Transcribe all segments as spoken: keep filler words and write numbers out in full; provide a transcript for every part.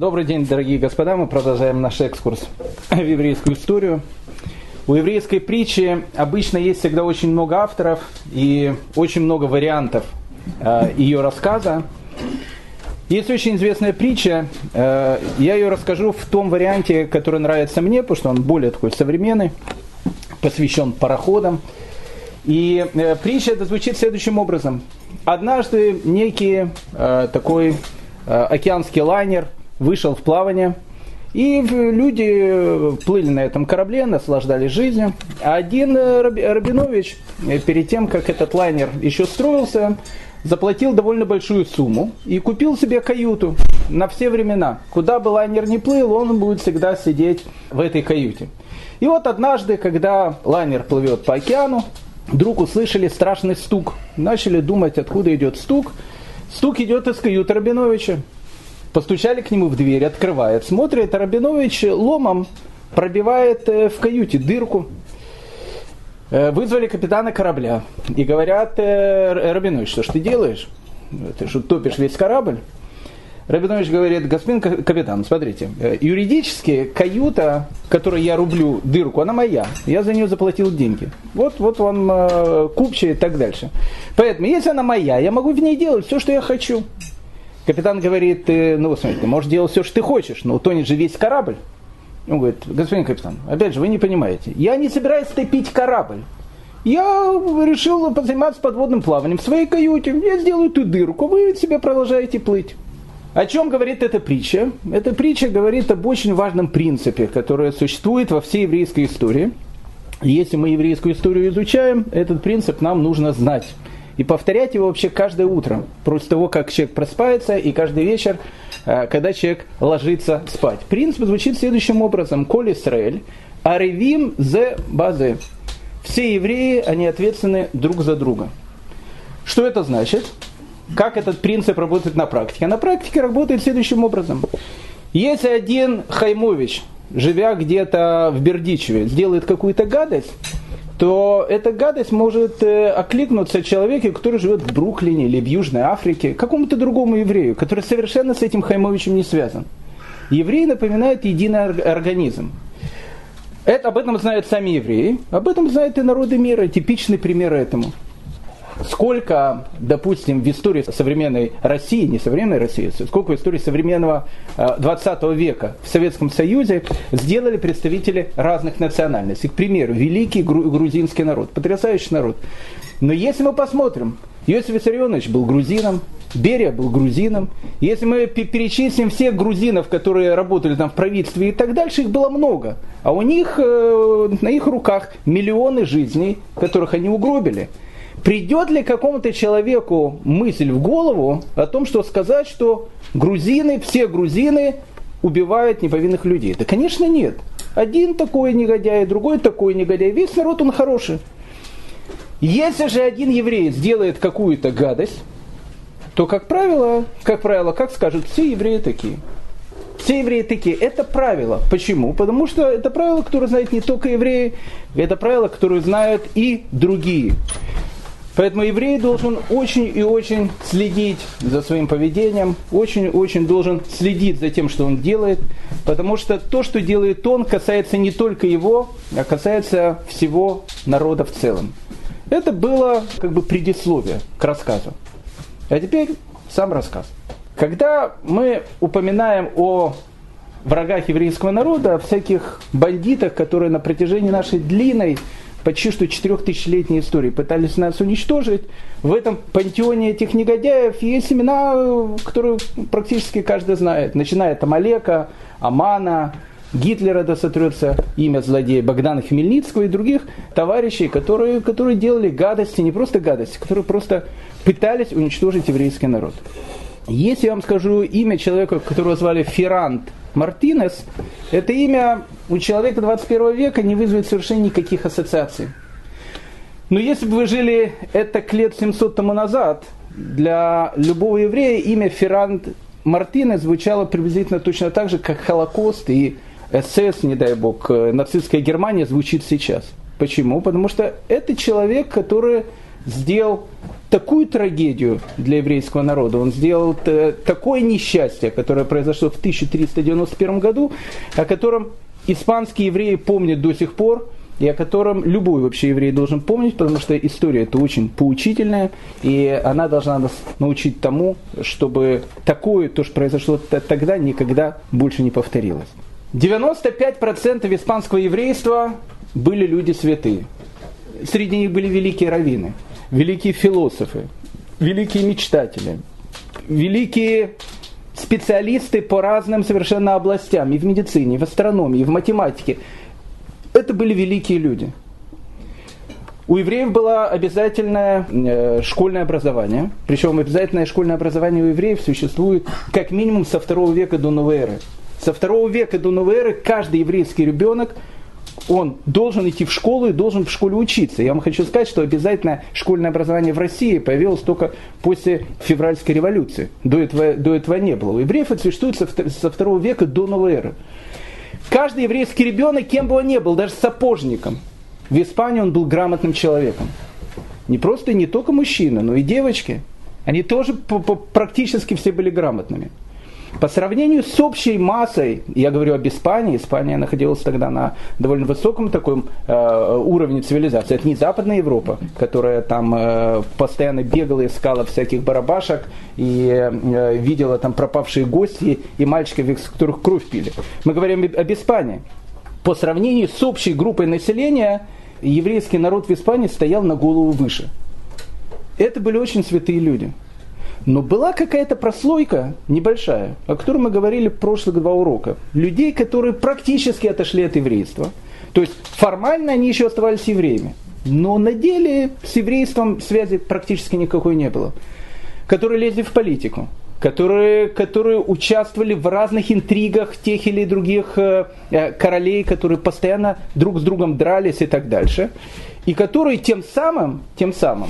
Добрый день, дорогие господа. Мы продолжаем наш экскурс в еврейскую историю. У еврейской притчи обычно есть всегда очень много авторов и очень много вариантов э, ее рассказа. Есть очень известная притча. Э, я ее расскажу в том варианте, который нравится мне, потому что он более такой современный, посвящен пароходам. И э, притча это звучит следующим образом. Однажды некий э, такой э, океанский лайнер вышел в плавание, и люди плыли на этом корабле, наслаждались жизнью. А один Рабинович, перед тем, как этот лайнер еще строился, заплатил довольно большую сумму и купил себе каюту на все времена. Куда бы лайнер ни плыл, он будет всегда сидеть в этой каюте. И вот однажды, когда лайнер плывет по океану, вдруг услышали страшный стук. Начали думать, откуда идет стук. Стук идет из каюты Рабиновича. Постучали к нему в дверь, открывает, смотрит, Рабинович ломом пробивает в каюте дырку. Вызвали капитана корабля и говорят: Рабинович, что ж ты делаешь? Ты что, топишь весь корабль? Рабинович говорит: господин капитан, смотрите, юридически каюта, которой я рублю дырку, она моя. Я за нее заплатил деньги. Вот, вот вам купчая и так дальше. Поэтому, если она моя, я могу в ней делать все, что я хочу. Капитан говорит: ну, смотрите, ты можешь делать все, что ты хочешь, но утонет же весь корабль. Он говорит: господин капитан, опять же, вы не понимаете, я не собираюсь топить корабль. Я решил позаниматься подводным плаванием в своей каюте. Я сделаю эту дырку, вы себе продолжаете плыть. О чем говорит эта притча? Эта притча говорит об очень важном принципе, который существует во всей еврейской истории. Если мы еврейскую историю изучаем, этот принцип нам нужно знать. И повторять его вообще каждое утро, после того, как человек просыпается, и каждый вечер, когда человек ложится спать. Принцип звучит следующим образом. Коль Исраэль, аревим зе базе. Все евреи, они ответственны друг за друга. Что это значит? Как этот принцип работает на практике? На практике работает следующим образом. Если один Хаймович, живя где-то в Бердичеве, сделает какую-то гадость, то эта гадость может э, окликнуться человеку, который живет в Бруклине или в Южной Африке, какому-то другому еврею, который совершенно с этим Хаймовичем не связан. Еврей напоминает единый организм. Это, об этом знают сами евреи, об этом знают и народы мира, типичный пример этому. Сколько, допустим, в истории современной России, не современной России, сколько в истории современного двадцатого века в Советском Союзе сделали представители разных национальностей. К примеру, великий грузинский народ, потрясающий народ. Но если мы посмотрим, Иосиф Виссарионович был грузином, Берия был грузином. Если мы перечислим всех грузинов, которые работали там в правительстве и так дальше, их было много. А у них, на их руках миллионы жизней, которых они угробили. Придет ли какому-то человеку мысль в голову о том, что сказать, что грузины, все грузины убивают неповинных людей? Да, конечно, нет. Один такой негодяй, другой такой негодяй. Весь народ, он хороший. Если же один еврей сделает какую-то гадость, то, как правило, как правило, как скажут, все евреи такие. Все евреи такие. Это правило. Почему? Потому что это правило, которое знают не только евреи, это правило, которое знают и другие. Поэтому еврей должен очень и очень следить за своим поведением, очень-очень должен следить за тем, что он делает, потому что то, что делает он, касается не только его, а касается всего народа в целом. Это было как бы предисловие к рассказу. А теперь сам рассказ. Когда мы упоминаем о врагах еврейского народа, о всяких бандитах, которые на протяжении нашей длинной, почти что четырехтысячелетней истории пытались нас уничтожить, в этом пантеоне этих негодяев есть имена, которые практически каждый знает. Начиная от Амалека, Амана, Гитлера, да сотрется имя злодея, Богдана Хмельницкого и других товарищей, которые, которые делали гадости, не просто гадости, которые просто пытались уничтожить еврейский народ. Если я вам скажу имя человека, которого звали Феррант Мартинес, это имя у человека двадцать первого века не вызовет совершенно никаких ассоциаций. Но если бы вы жили это лет семьсот тому назад, для любого еврея имя Феррант Мартинес звучало приблизительно точно так же, как Холокост и эс эс, не дай бог, нацистская Германия звучит сейчас. Почему? Потому что это человек, который сделал такую трагедию для еврейского народа, он сделал такое несчастье, которое произошло в тысяча триста девяносто первом году, о котором испанские евреи помнят до сих пор, и о котором любой вообще еврей должен помнить, потому что история это очень поучительная, и она должна нас научить тому, чтобы такое, то, что произошло тогда, никогда больше не повторилось. девяносто пять процентов испанского еврейства были люди святые. Среди них были великие раввины, великие философы, великие мечтатели, великие специалисты по разным совершенно областям, и в медицине, и в астрономии, и в математике. Это были великие люди. У евреев было обязательное э, школьное образование. Причем обязательное школьное образование у евреев существует как минимум со второго века до новой эры. Со второго века до новой эры каждый еврейский ребенок, он должен идти в школу и должен в школе учиться. Я вам хочу сказать, что обязательное школьное образование в России появилось только после февральской революции. До этого, до этого не было. У евреев это существует со, со второго века до новой эры. Каждый еврейский ребенок, кем бы он ни был, даже сапожником, в Испании он был грамотным человеком. Не просто, не только мужчины, но и девочки. Они тоже практически все были грамотными. По сравнению с общей массой, я говорю об Испании, Испания находилась тогда на довольно высоком таком э, уровне цивилизации. Это не Западная Европа, которая там э, постоянно бегала, искала всяких барабашек и э, видела там пропавшие гости и мальчиков, из которых кровь пили. Мы говорим об Испании. По сравнению с общей группой населения, еврейский народ в Испании стоял на голову выше. Это были очень святые люди. Но была какая-то прослойка небольшая, о которой мы говорили в прошлых два урока. Людей, которые практически отошли от еврейства. То есть формально они еще оставались евреями. Но на деле с еврейством связи практически никакой не было. Которые лезли в политику. Которые, которые участвовали в разных интригах тех или других э, королей, которые постоянно друг с другом дрались и так дальше. И которые тем самым, тем самым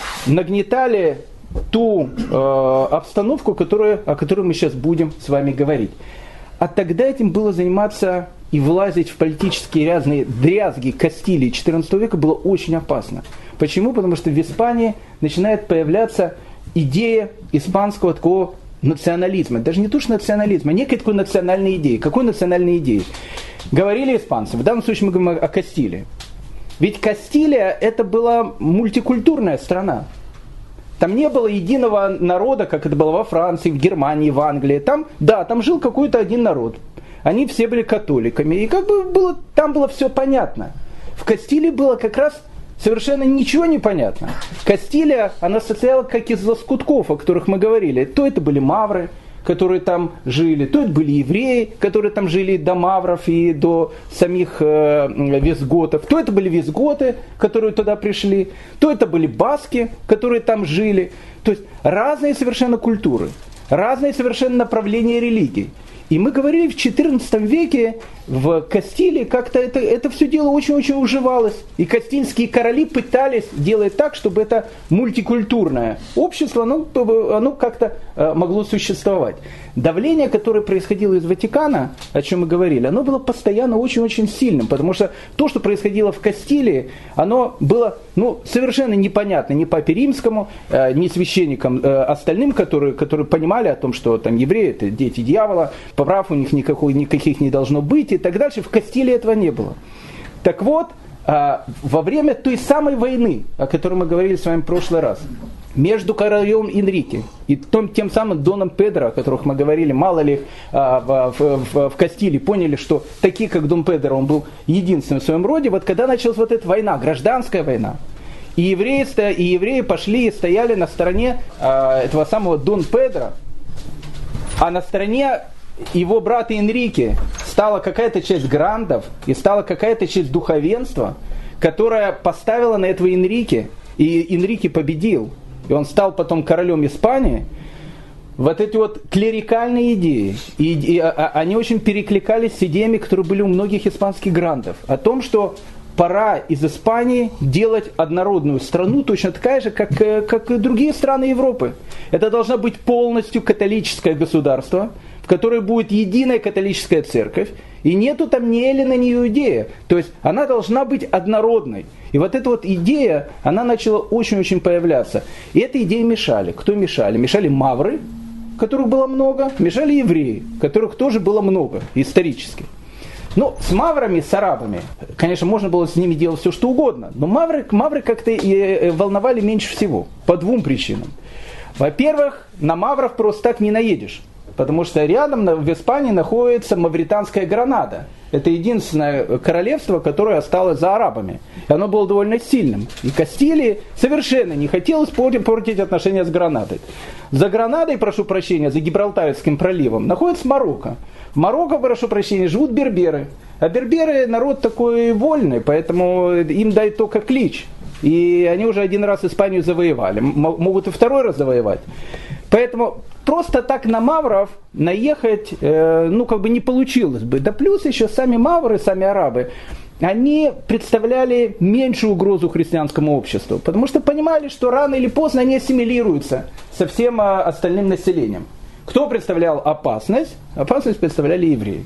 нагнетали ту э, обстановку, которую, о которой мы сейчас будем с вами говорить. А тогда этим было заниматься и влазить в политические разные дрязги Кастилии четырнадцатого века было очень опасно. Почему? Потому что в Испании начинает появляться идея испанского такого национализма. Даже не то, что национализма, а некой такой национальной идеи. Какой национальной идеи? Говорили испанцы, в данном случае мы говорим о Кастилии. Ведь Кастилия это была мультикультурная страна. Там не было единого народа, как это было во Франции, в Германии, в Англии. Там, да, там жил какой-то один народ. Они все были католиками. И как бы было, там было все понятно. В Кастилии было как раз совершенно ничего не понятно. Кастилия, она состояла как из лоскутков, о которых мы говорили. То это были мавры, которые там жили, то это были евреи, которые там жили до мавров и до самих э, визготов, то это были визготы, которые туда пришли, то это были баски, которые там жили. То есть разные совершенно культуры, разные совершенно направления религий. И мы говорили, в четырнадцатом веке в Кастилии как-то это, это все дело очень-очень уживалось. И кастильские короли пытались делать так, чтобы это мультикультурное общество, оно, оно как-то могло существовать. Давление, которое происходило из Ватикана, о чем мы говорили, оно было постоянно очень-очень сильным. Потому что то, что происходило в Кастилии, оно было ну, совершенно непонятно ни Папе Римскому, ни священникам остальным, которые, которые понимали о том, что там евреи это дети дьявола, прав у них никакой, никаких не должно быть и так дальше. В Кастилии этого не было. Так вот, во время той самой войны, о которой мы говорили с вами в прошлый раз, между королем Энрике и тем, тем самым Доном Педро, о которых мы говорили, мало ли в, в, в Кастилии поняли, что такие, как Дон Педро, он был единственным в своем роде, вот когда началась вот эта война, гражданская война, и евреи, и евреи пошли и стояли на стороне этого самого Дон Педро, а на стороне его брата Энрике стала какая-то часть грандов и стала какая-то часть духовенства, которая поставила на этого Энрике, и Энрике победил, и он стал потом королем Испании. Вот эти вот клерикальные идеи, и, и, а, они очень перекликались с идеями, которые были у многих испанских грандов, о том, что пора из Испании делать однородную страну, точно такая же, как, как и другие страны Европы. Это должно быть полностью католическое государство, в которой будет единая католическая церковь, и нету там ни Эллина, ни Иудея. То есть она должна быть однородной. И вот эта вот идея, она начала очень-очень появляться. И этой идее мешали. Кто мешали? Мешали мавры, которых было много, мешали евреи, которых тоже было много исторически. Ну, с маврами, с арабами, конечно, можно было с ними делать все, что угодно, но мавры, мавры как-то и волновали меньше всего, по двум причинам. Во-первых, на мавров просто так не наедешь, потому что рядом в Испании находится Мавританская Гранада. Это единственное королевство, которое осталось за арабами. И оно было довольно сильным. И Кастилии совершенно не хотелось портить отношения с Гранадой. За Гранадой, прошу прощения, за Гибралтарским проливом находится Марокко. В Марокко, прошу прощения, живут берберы. А берберы народ такой вольный, поэтому им дай только клич. И они уже один раз Испанию завоевали. Могут и второй раз завоевать. Поэтому просто так на мавров наехать, э, ну, как бы не получилось бы. Да плюс еще сами мавры, сами арабы, они представляли меньшую угрозу христианскому обществу. Потому что понимали, что рано или поздно они ассимилируются со всем а, остальным населением. Кто представлял опасность? Опасность представляли евреи.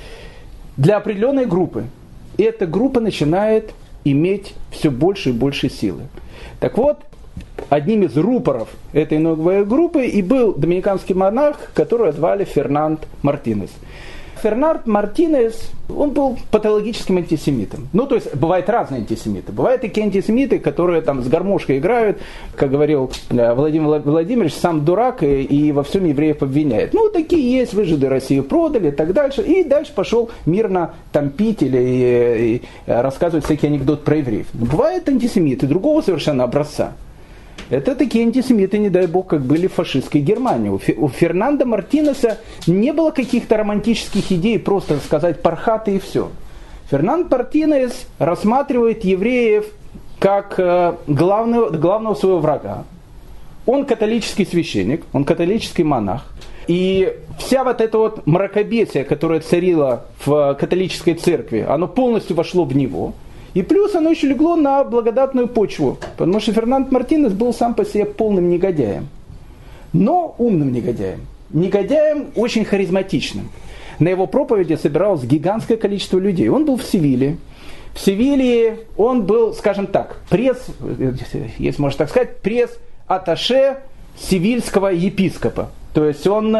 Для определенной группы. И эта группа начинает иметь все больше и больше силы. Так вот, одним из рупоров этой новой группы и был доминиканский монах, которого звали Фернанд Мартинес. Фернанд Мартинес, он был патологическим антисемитом. Ну, то есть, бывают разные антисемиты. Бывают такие антисемиты, которые там с гармошкой играют, как говорил Владимир Владимирович, сам дурак и, и во всем евреев обвиняет. Ну, такие есть, вы же Россию продали и так дальше. И дальше пошел мирно там пить или и, и рассказывать всякие анекдоты про евреев. Бывают антисемиты другого совершенно образца. Это такие антисемиты, не дай бог, как были в фашистской Германии. У Фернанда Мартинеса не было каких-то романтических идей, просто сказать пархаты и все. Фернанд Мартинес рассматривает евреев как главного, главного своего врага. Он католический священник, он католический монах. И вся вот эта вот мракобесие, которая царила в католической церкви, оно полностью вошло в него. И плюс оно еще легло на благодатную почву, потому что Фернанд Мартинес был сам по себе полным негодяем. Но умным негодяем. Негодяем очень харизматичным. На его проповеди собиралось гигантское количество людей. Он был в Севиле. В Севиле он был, скажем так, пресс, если можно так сказать, пресс-атташе севильского епископа. То есть он,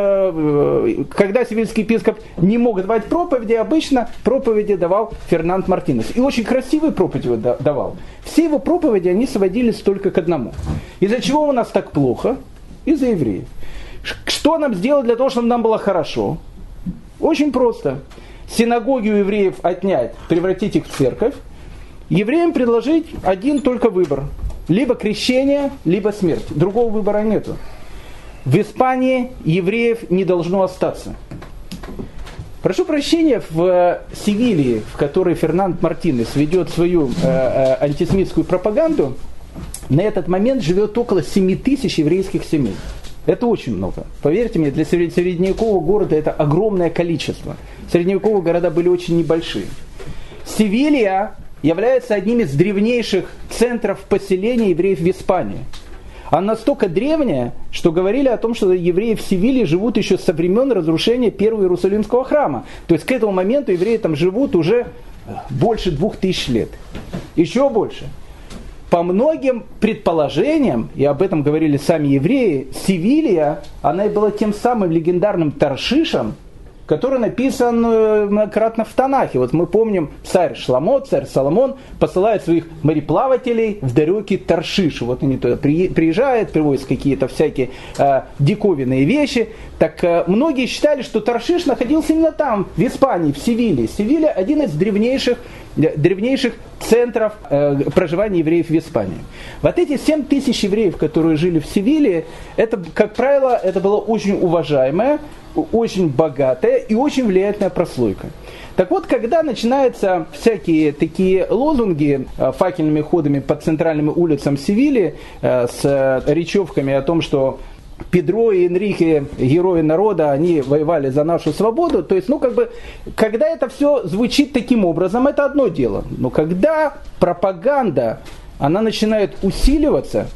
когда севильский епископ не мог давать проповеди, обычно проповеди давал Фернанд Мартинес. И очень красивые проповеди давал. Все его проповеди, они сводились только к одному. Из-за чего у нас так плохо? Из-за евреев. Что нам сделать для того, чтобы нам было хорошо? Очень просто. Синагоги у евреев отнять, превратить их в церковь. Евреям предложить один только выбор. Либо крещение, либо смерть. Другого выбора нету. В Испании евреев не должно остаться. Прошу прощения, в Севилье, в которой Фернанд Мартинес ведет свою э, э, антисемитскую пропаганду, на этот момент живет около семь тысяч еврейских семей. Это очень много. Поверьте мне, для средневекового города это огромное количество. Средневековые города были очень небольшие. Севилья является одним из древнейших центров поселения евреев в Испании. Она настолько древняя, что говорили о том, что евреи в Севилье живут еще со времен разрушения Первого Иерусалимского храма. То есть к этому моменту евреи там живут уже больше двух тысяч лет. Еще больше. По многим предположениям, и об этом говорили сами евреи, Севилья, она и была тем самым легендарным Таршишем, который написан многократно в Танахе. Вот мы помним, царь Шламо, царь Соломон посылает своих мореплавателей в далекий Таршиш. Вот они туда приезжают, привозят какие-то всякие э, диковинные вещи. Так э, многие считали, что Таршиш находился именно там, в Испании, в Севилье. Севилья один из древнейших, древнейших центров э, проживания евреев в Испании. Вот эти семь тысяч евреев, которые жили в Севилье, это, как правило, это была очень уважаемая, очень богатая и очень влиятельная прослойка. Так вот, когда начинаются всякие такие лозунги факельными ходами по центральным улицам Севильи с речевками о том, что Педро и Энрике, герои народа, они воевали за нашу свободу, то есть, ну, как бы, когда это все звучит таким образом, это одно дело. Но когда пропаганда, она начинает усиливаться,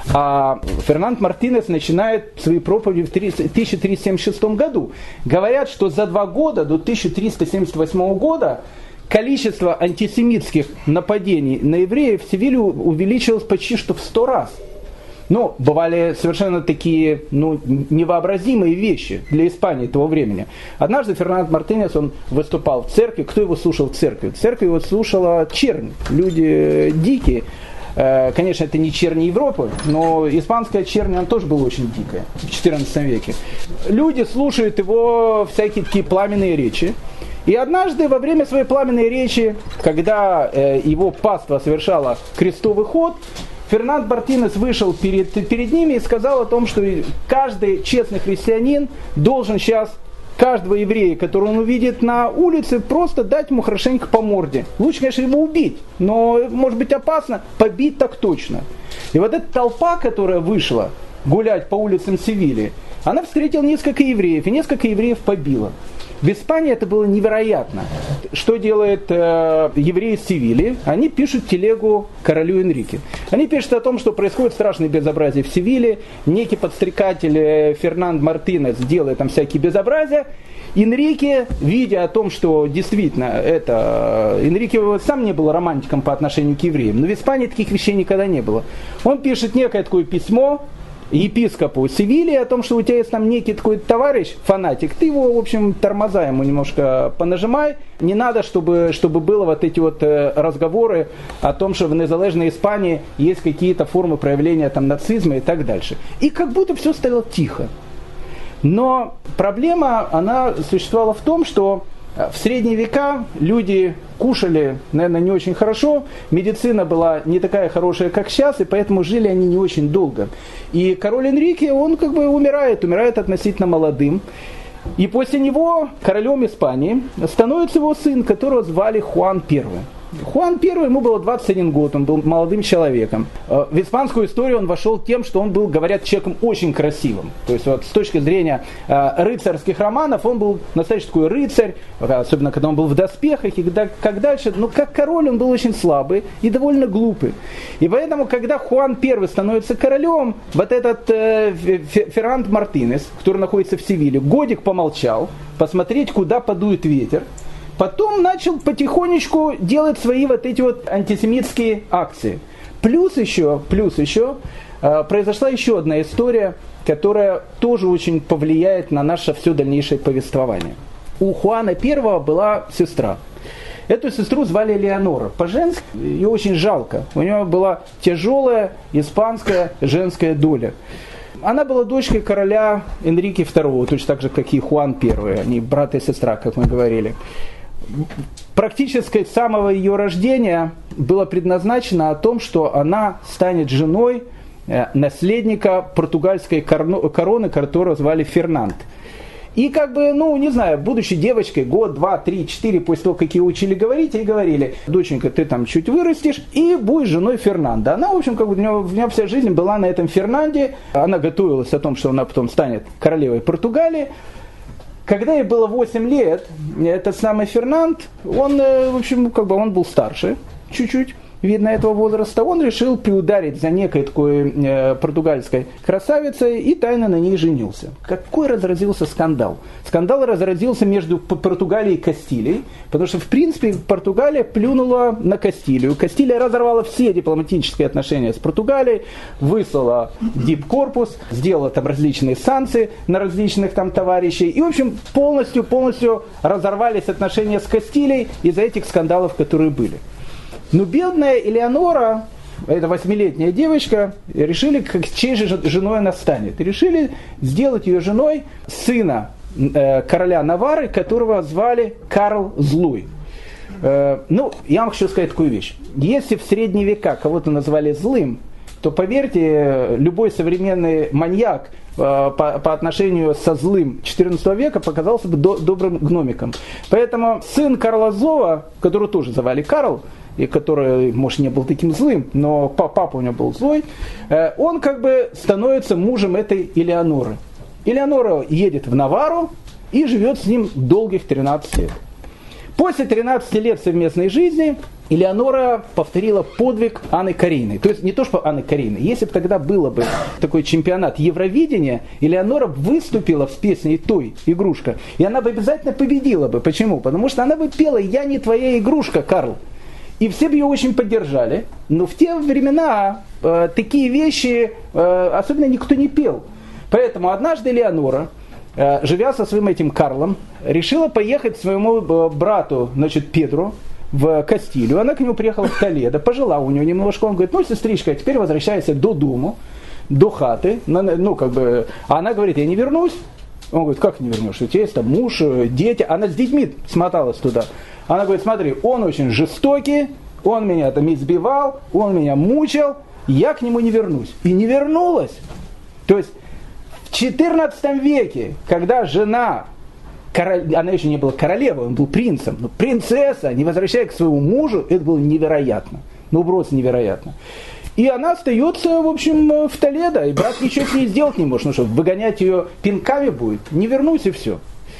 А Фернанд Мартинес начинает свои проповеди в тысяча триста семьдесят шестом году. Говорят, что за два года, до тысяча триста семьдесят восьмого года, количество антисемитских нападений на евреев в Севиле увеличилось почти что в сто раз. Но бывали совершенно такие ну, невообразимые вещи для Испании того времени. Однажды Фернанд Мартинес, он выступал в церкви. Кто его слушал в церкви? В церкви его слушала чернь, люди дикие. Конечно, это не чернь Европы, но испанская чернь, она тоже была очень дикая в четырнадцатом веке. Люди слушают его всякие такие пламенные речи. И однажды во время своей пламенной речи, когда э, его паства совершала крестовый ход, Фернанд Мартинес вышел перед, перед ними и сказал о том, что каждый честный христианин должен сейчас каждого еврея, которого он увидит на улице, просто дать ему хорошенько по морде. Лучше, конечно, его убить, но, может быть, опасно, побить так точно. И вот эта толпа, которая вышла гулять по улицам Севильи, она встретила несколько евреев, и несколько евреев побила. В Испании это было невероятно. Что делает э, евреи из Севильи? Они пишут телегу королю Энрике. Они пишут о том, что происходит страшное безобразие в Севилье. Некий подстрекатель Фернанд Мартинес делает там всякие безобразия. Энрике, видя о том, что действительно это... Энрике сам не был романтиком по отношению к евреям, но в Испании таких вещей никогда не было. Он пишет некое такое письмо епископу Севильи о том, что у тебя есть там некий такой товарищ, фанатик, ты его, в общем, тормоза ему немножко понажимай. Не надо, чтобы, чтобы было вот эти вот разговоры о том, что в незалежной Испании есть какие-то формы проявления там нацизма и так дальше. И как будто все стало тихо. Но проблема, она существовала в том, что в средние века люди кушали, наверное, не очень хорошо, медицина была не такая хорошая, как сейчас, и поэтому жили они не очень долго. И король Энрике, он как бы умирает, умирает относительно молодым. И после него королем Испании становится его сын, которого звали Хуан Первый. Хуан Первый, ему было двадцать один год, он был молодым человеком. В испанскую историю он вошел тем, что он был, говорят, человеком очень красивым. То есть вот с точки зрения рыцарских романов, он был настоящий такой рыцарь, особенно когда он был в доспехах, и когда, как дальше, ну как король он был очень слабый и довольно глупый. И поэтому, когда Хуан Первый становится королем, вот этот э, Фернанд Мартинес, который находится в Севилье, годик помолчал, посмотреть, куда подует ветер. Потом начал потихонечку делать свои вот эти вот антисемитские акции. Плюс еще, плюс еще э, произошла еще одна история, которая тоже очень повлияет на наше все дальнейшее повествование. У Хуана Первого была сестра. Эту сестру звали Элеонора. По-женски ее очень жалко. У нее была тяжелая испанская женская доля. Она была дочкой короля Энрике Второго, точно так же, как и Хуан Первый. Они брат и сестра, как мы говорили. Практически с самого ее рождения было предназначено о том, что она станет женой наследника португальской короны, которого звали Фернанд. И как бы, ну, не знаю, будучи девочкой, год, два, три, четыре, после того, как ее учили говорить, ей говорили: доченька, ты там чуть вырастешь и будешь женой Фернанда. Она, в общем, как бы, у нее, у нее вся жизнь была на этом Фернанде. Она готовилась о том, что она потом станет королевой Португалии. Когда ей было восемь лет, этот самый Фернанд, он, в общем, как бы он был старше, чуть-чуть, видно, этого возраста, он решил приударить за некой такой э, португальской красавицей и тайно на ней женился. Какой разразился скандал? Скандал разразился между Португалией и Кастилией, потому что, в принципе, Португалия плюнула на Кастилию. Кастилия разорвала все дипломатические отношения с Португалией, выслала дипкорпус, сделала там различные санкции на различных там товарищей, и, в общем, полностью, полностью разорвались отношения с Кастилией из-за этих скандалов, которые были. Но бедная Элеонора, эта восьмилетняя девочка, решили, как, чьей же женой она станет. Решили сделать ее женой сына э, короля Наварры, которого звали Карл Злой. Э, ну, я вам хочу сказать такую вещь. Если в средние века кого-то назвали злым, то, поверьте, любой современный маньяк э, по, по отношению со злым четырнадцатого века показался бы до, добрым гномиком. Поэтому сын Карла Злого, которого тоже звали Карл, и который, может, не был таким злым, но папа у него был злой, он как бы становится мужем этой Элеоноры. Элеонора едет в Наварру и живет с ним долгих тринадцать лет. После тринадцати лет совместной жизни Элеонора повторила подвиг Анны Карениной. То есть не то, что Анны Карениной. Если бы тогда было бы такой чемпионат Евровидения, Элеонора выступила с песней той «Игрушка», и она бы обязательно победила бы. Почему? Потому что она бы пела «Я не твоя игрушка, Карл». И все бы ее очень поддержали. Но в те времена э, такие вещи э, особенно никто не пел. Поэтому однажды Элеонора, живя со своим этим Карлом, решила поехать к своему брату, значит, Педру в Кастилию. Она к нему приехала в Толедо, пожила у него немножко. Он говорит: ну, сестричка, теперь возвращайся до дому, до хаты. Ну, как бы, а она говорит: я не вернусь. Он говорит: как не вернешься? У тебя есть там муж, дети. Она с детьми смоталась туда. Она говорит: смотри, он очень жестокий, он меня там избивал, он меня мучил, я к нему не вернусь. И не вернулась. То есть в четырнадцатом веке, когда жена, король, она еще не была королевой, он был принцем, но принцесса, не возвращаясь к своему мужу, это было невероятно. Ну, просто невероятно. И она остается, в общем, в Толедо, и брат ничего с ней сделать не может, ну что, выгонять ее пинками будет, не вернусь и все.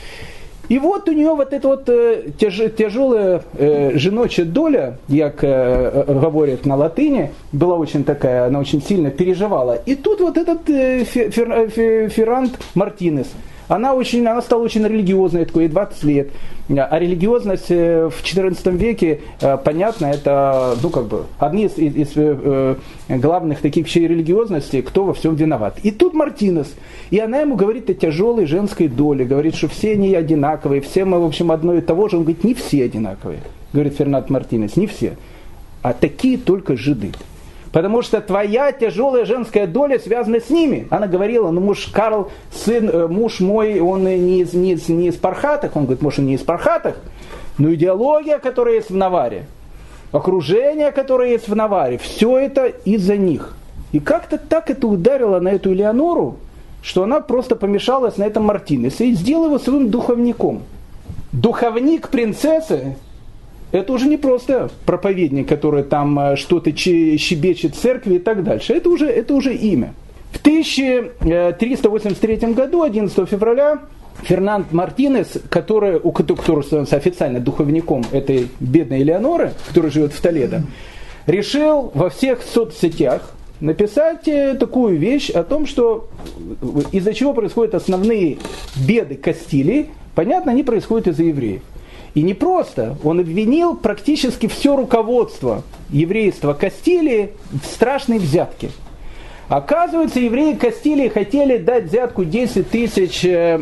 И вот у нее вот эта вот э, тяж, тяжелая э, женочья доля, как э, говорят на латыни, была очень такая, она очень сильно переживала. И тут вот этот э, Фер, Фер, Ферранд Мартинес, она, очень, она стала очень религиозной, такой, ей двадцать лет. А религиозность в четырнадцатом веке, понятно, это, ну, как бы, одни из, из, из э, главных таких вещей религиозности, кто во всем виноват. И тут Мартинес, и она ему говорит о тяжелой женской доле, говорит, что все не одинаковые, все мы, в общем, одно и того же. Он говорит: не все одинаковые, говорит Фернанд Мартинес, не все, а такие только жиды. Потому что твоя тяжелая женская доля связана с ними. Она говорила: ну, муж Карл, сын, муж мой, он не из, не из, не из Пархатых. Он говорит: может, он не из Пархатых, но идеология, которая есть в Наваре, окружение, которое есть в Наваре, все это из-за них. И как-то так это ударило на эту Элеонору, что она просто помешалась на этом Мартинесе и сделала его своим духовником. Духовник принцессы — это уже не просто проповедник, который там что-то щебечет в церкви и так дальше. Это уже, это уже имя. В тысяча триста восемьдесят третьем году, одиннадцатого февраля, Фернанд Мартинес, который, у которого становится официально духовником этой бедной Элеоноры, которая живет в Толедо, решил во всех соцсетях написать такую вещь о том, что из-за чего происходят основные беды Кастилии. Понятно, они происходят из-за евреев. И не просто, он обвинил практически все руководство еврейства Кастилии в страшной взятке. Оказывается, евреи Кастилии хотели дать взятку десять тысяч э,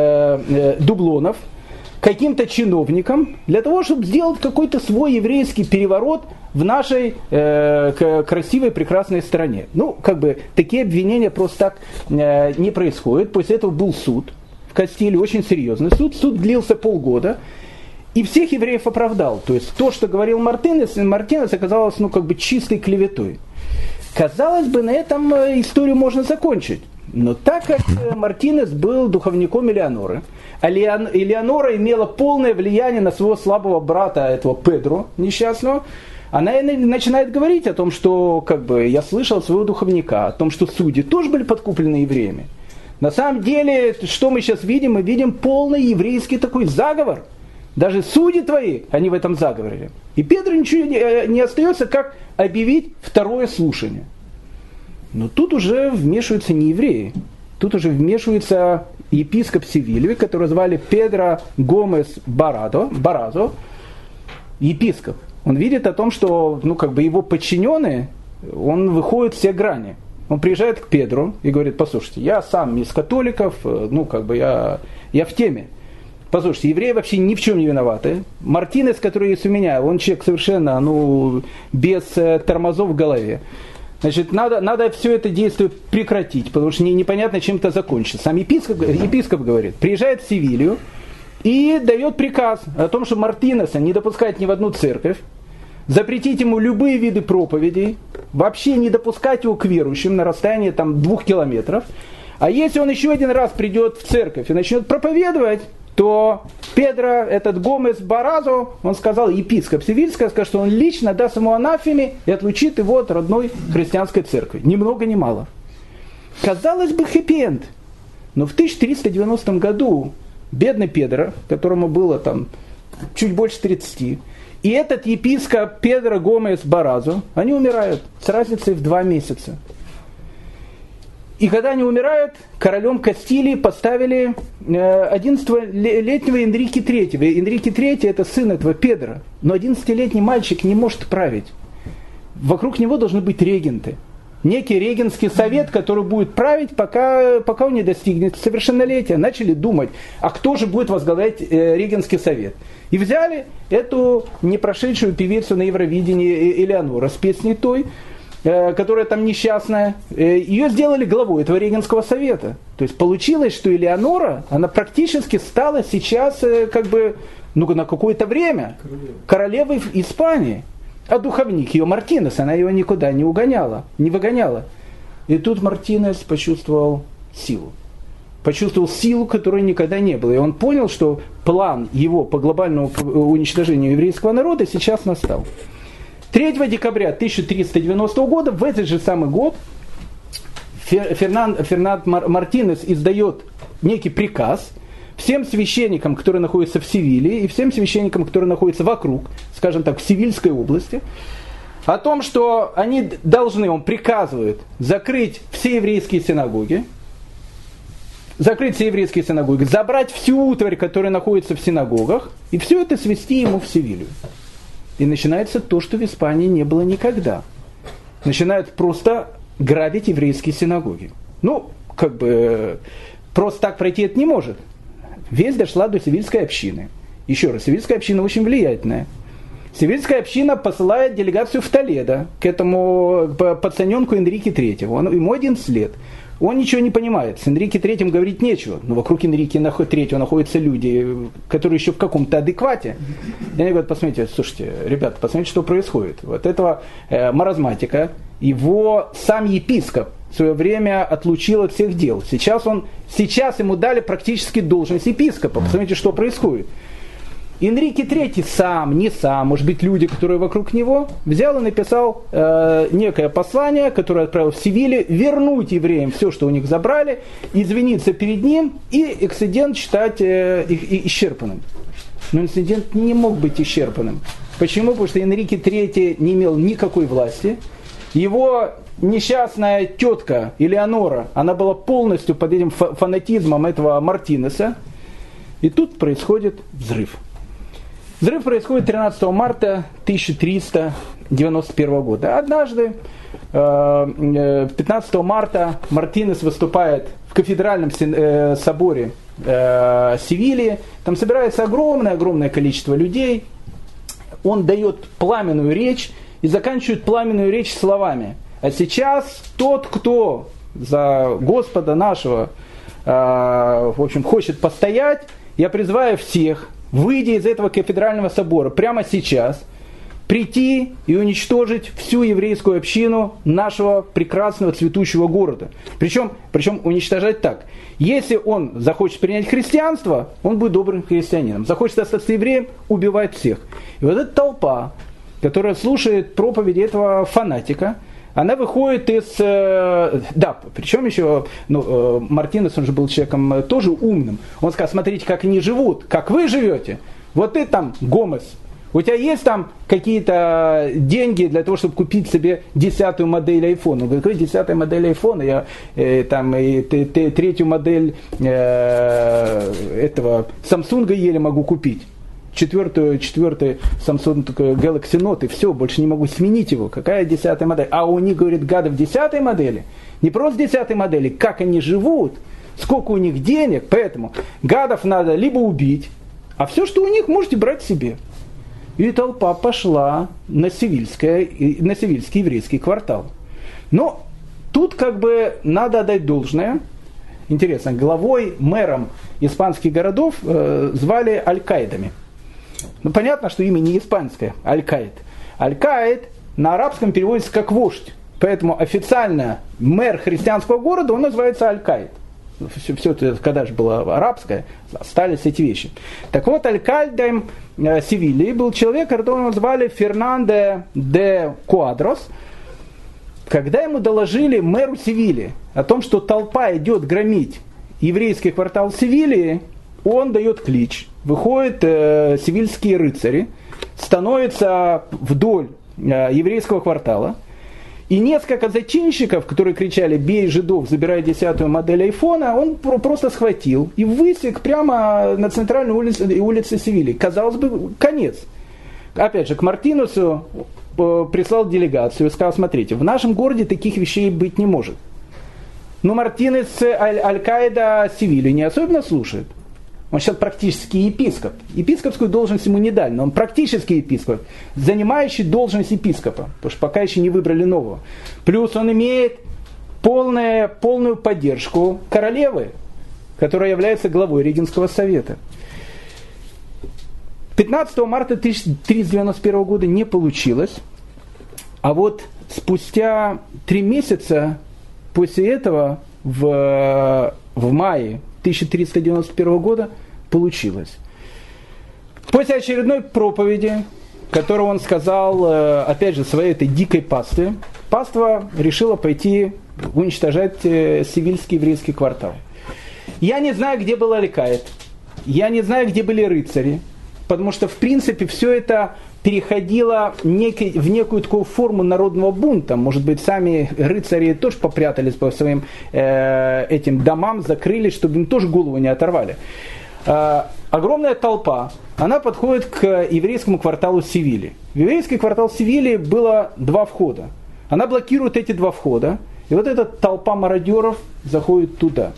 э, дублонов каким-то чиновникам для того, чтобы сделать какой-то свой еврейский переворот в нашей э, красивой, прекрасной стране. Ну, как бы, такие обвинения просто так э, не происходят. После этого был суд в Кастилии, очень серьезный суд. Суд длился полгода. И всех евреев оправдал. То есть то, что говорил Мартинес, Мартинес оказалось, ну, как бы чистой клеветой. Казалось бы, на этом историю можно закончить. Но так как Мартинес был духовником Элеоноры, а Элеонора имела полное влияние на своего слабого брата, этого Педро несчастного, она начинает говорить о том, что, как бы, я слышал от своего духовника, о том, что судьи тоже были подкуплены евреями. На самом деле, что мы сейчас видим? Мы видим полный еврейский такой заговор. Даже судьи твои, они в этом заговоре. И Петру ничего не, не остается, как объявить второе слушание. Но тут уже вмешиваются не евреи. Тут уже вмешивается епископ Севильи, которого звали Педро Гомес Барадо, Баразо. Епископ. Он видит о том, что, ну, как бы его подчиненные, он выходит все грани. Он приезжает к Педру и говорит: послушайте, я сам из католиков, ну, как бы я, я в теме. Послушайте, евреи вообще ни в чем не виноваты. Мартинес, который есть у меня, он человек совершенно, ну, без э, тормозов в голове. Значит, надо, надо все это действие прекратить, потому что не, непонятно, чем это закончится. Сам епископ, епископ говорит, приезжает в Севилью и дает приказ о том, что Мартинеса не допускать ни в одну церковь, запретить ему любые виды проповедей, вообще не допускать его к верующим на расстоянии там, двух километров. А если он еще один раз придет в церковь и начнет проповедовать, то Педро, этот Гомес Баразо, он сказал, епископ Севильский, сказал, что он лично даст ему анафеме и отлучит его от родной христианской церкви. Ни много ни мало. Казалось бы, хэппи-энд. Но в тысяча триста девяностом году бедный Педро, которому было там чуть больше тридцати. И этот епископ Педро Гомес Баразо, они умирают с разницей в два месяца. И когда они умирают, королем Кастилии поставили одиннадцатилетнего Энрике третьего. Энрике третий это сын этого Педро. Но одиннадцатилетний мальчик не может править. Вокруг него должны быть регенты. Некий регентский совет, который будет править, пока, пока он не достигнет совершеннолетия. Начали думать, а кто же будет возглавлять э, регентский совет. И взяли эту непрошедшую певицу на Евровидении Элеонора с песней той, э, которая там несчастная. Э, ее сделали главой этого регентского совета. То есть получилось, что Элеонора, она практически стала сейчас э, как бы, ну, на какое-то время королевой Испании. А духовник ее Мартинес, она его никуда не угоняла, не выгоняла. И тут Мартинес почувствовал силу. Почувствовал силу, которой никогда не было. И он понял, что план его по глобальному уничтожению еврейского народа сейчас настал. третьего декабря тысяча триста девяностого года, в этот же самый год, Фернанд, Фернанд Мартинес издает некий приказ всем священникам, которые находятся в Севиле, и всем священникам, которые находятся вокруг, скажем так, в Севильской области, о том, что они должны, он приказывает, закрыть все еврейские синагоги, закрыть все еврейские синагоги, забрать всю утварь, которая находится в синагогах, и все это свести ему в Севилью. И начинается то, что в Испании не было никогда. Начинают просто грабить еврейские синагоги. Ну, как бы, просто так пройти это не может. Весть дошла до севильской общины. Еще раз, севильская община очень влиятельная. Севильская община посылает делегацию в Толедо к этому пацаненку Энрике третьему. Он, ему одиннадцать лет. Он ничего не понимает. С Энрике третьим говорить нечего. Но вокруг Энрике третьего находятся люди, которые еще в каком-то адеквате. И они говорят, посмотрите, слушайте, ребята, посмотрите, что происходит. Вот этого э, маразматика, его сам епископ в свое время отлучил от всех дел. Сейчас, он, сейчас ему дали практически должность епископа. Посмотрите, что происходит. Энрике третий сам, не сам, может быть, люди, которые вокруг него, взял и написал э, некое послание, которое отправил в Севиле, вернуть евреям все, что у них забрали, извиниться перед ним и инцидент считать э, исчерпанным. Но инцидент не мог быть исчерпанным. Почему? Потому что Энрике третий не имел никакой власти. Его несчастная тетка Элеонора, она была полностью под этим фанатизмом этого Мартинеса. И тут происходит взрыв. Взрыв происходит тринадцатого марта тысяча триста девяносто первого года. Однажды, пятнадцатого марта, Мартинес выступает в кафедральном соборе Севильи. Там собирается огромное-огромное количество людей. Он дает пламенную речь и заканчивает пламенную речь словами: «А сейчас тот, кто за Господа нашего, в общем, хочет постоять, я призываю всех, выйдя из этого кафедрального собора прямо сейчас, прийти и уничтожить всю еврейскую общину нашего прекрасного цветущего города». Причем, причем уничтожать так. Если он захочет принять христианство, он будет добрым христианином. Захочет остаться евреем, убивает всех. И вот эта толпа, которая слушает проповеди этого фанатика, она выходит из... Э, да, причем еще ну, э, Мартинес, он же был человеком э, тоже умным. Он сказал, смотрите, как они живут, как вы живете. Вот ты там, Гомес, у тебя есть там какие-то деньги для того, чтобы купить себе десятую модель айфона? Он говорит, какая десятая модель айфона? Я э, там и, т, т, третью модель э, этого Самсунга еле могу купить. Четвертую, четвертый Samsung Galaxy Note, и все, больше не могу сменить его. Какая десятая модель? А у них, говорит, гадов десятой модели. Не просто десятой модели, как они живут, сколько у них денег. Поэтому гадов надо либо убить, а все, что у них, можете брать себе. И толпа пошла на, Севильское, на Севильский еврейский квартал. Но тут как бы надо отдать должное. Интересно, главой, мэром испанских городов э, звали аль-Каидами. Ну, понятно, что имя не испанское, Аль-Каид. Аль-Каид на арабском переводится как вождь. Поэтому официально мэр христианского города, он называется Аль-Каид. Все, все это, когда же было арабское, остались эти вещи. Так вот, Аль-Каидом э, Севильи был человек, которого звали Фернандо де Куадрос. Когда ему доложили мэру Севильи о том, что толпа идет громить еврейский квартал Севильи, он дает клич. выходят э, севильские рыцари, становятся вдоль э, еврейского квартала, и несколько зачинщиков, которые кричали «бей жидов, забирай десятую модель айфона», он просто схватил и высек прямо на центральной улице, улице Севильи. Казалось бы, конец. Опять же, к Мартинусу прислал делегацию и сказал: смотрите, в нашем городе таких вещей быть не может. Но Мартинес Аль- Аль-Каида Севилью не особенно слушает. Он сейчас практически епископ. Епископскую должность ему не дали, но он практически епископ, занимающий должность епископа, потому что пока еще не выбрали нового. Плюс он имеет полное, полную поддержку королевы, которая является главой Регенского совета. пятнадцатого марта тысяча триста девяносто первого года не получилось, а вот спустя три месяца после этого, в, в мае тысяча триста девяносто первого года, получилось. После очередной проповеди, которую он сказал, опять же, своей этой дикой пастве, паства решила пойти уничтожать севильский еврейский квартал. Я не знаю, где был Аль-Каид, я не знаю, где были рыцари, потому что, в принципе, все это переходило некий, в некую такую форму народного бунта. Может быть, сами рыцари тоже попрятались по своим э, этим домам, закрылись, чтобы им тоже голову не оторвали. Э, огромная толпа, она подходит к еврейскому кварталу Севильи. В еврейский квартал Севильи было два входа. Она блокирует эти два входа, и вот эта толпа мародеров заходит туда.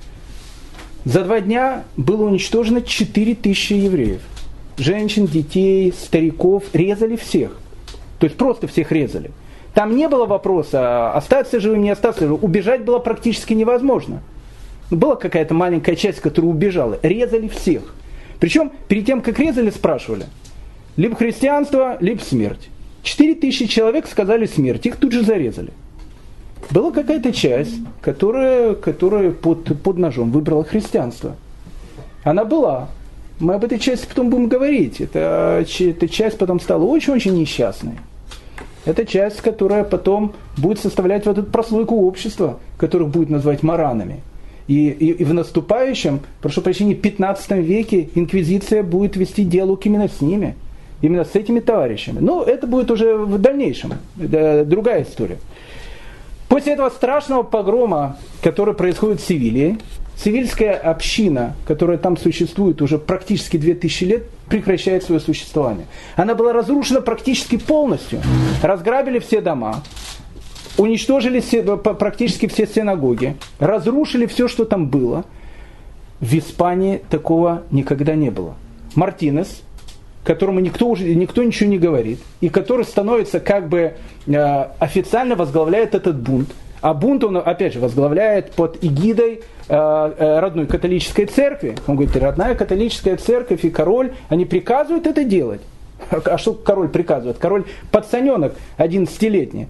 За два дня было уничтожено четыре тысячи евреев. Женщин, детей, стариков, резали всех. То есть просто всех резали. Там не было вопроса, остаться живым, не остаться живым. Убежать было практически невозможно. Была какая-то маленькая часть, которая убежала. Резали всех. Причем перед тем, как резали, спрашивали: либо христианство, либо смерть. Четыре тысячи человек сказали смерть, их тут же зарезали. Была какая-то часть, которая, которая под, под ножом выбрала христианство. Она была. Мы об этой части потом будем говорить. Это, эта часть потом стала очень-очень несчастной. Это часть, которая потом будет составлять вот эту прослойку общества, которых будет называть маранами. И, и, и в наступающем, прошу прощения, пятнадцатом веке инквизиция будет вести диалог именно с ними. Именно с этими товарищами. Но это будет уже в дальнейшем. Это другая история. После этого страшного погрома, который происходит в Севилье, севильская община, которая там существует уже практически две тысячи лет, прекращает свое существование. Она была разрушена практически полностью. Разграбили все дома, уничтожили все, практически все синагоги, разрушили все, что там было. В Испании такого никогда не было. Мартинес, которому никто, уже, никто ничего не говорит, и который становится как бы э, официально возглавляет этот бунт. А бунт он, опять же, возглавляет под эгидой э, родной католической церкви. Он говорит: родная католическая церковь и король, они приказывают это делать. А что король приказывает? Король пацаненок одиннадцатилетний.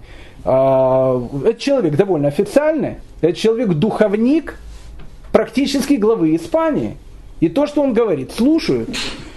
Э, это человек довольно официальный. Это человек духовник практически главы Испании. И то, что он говорит, слушают.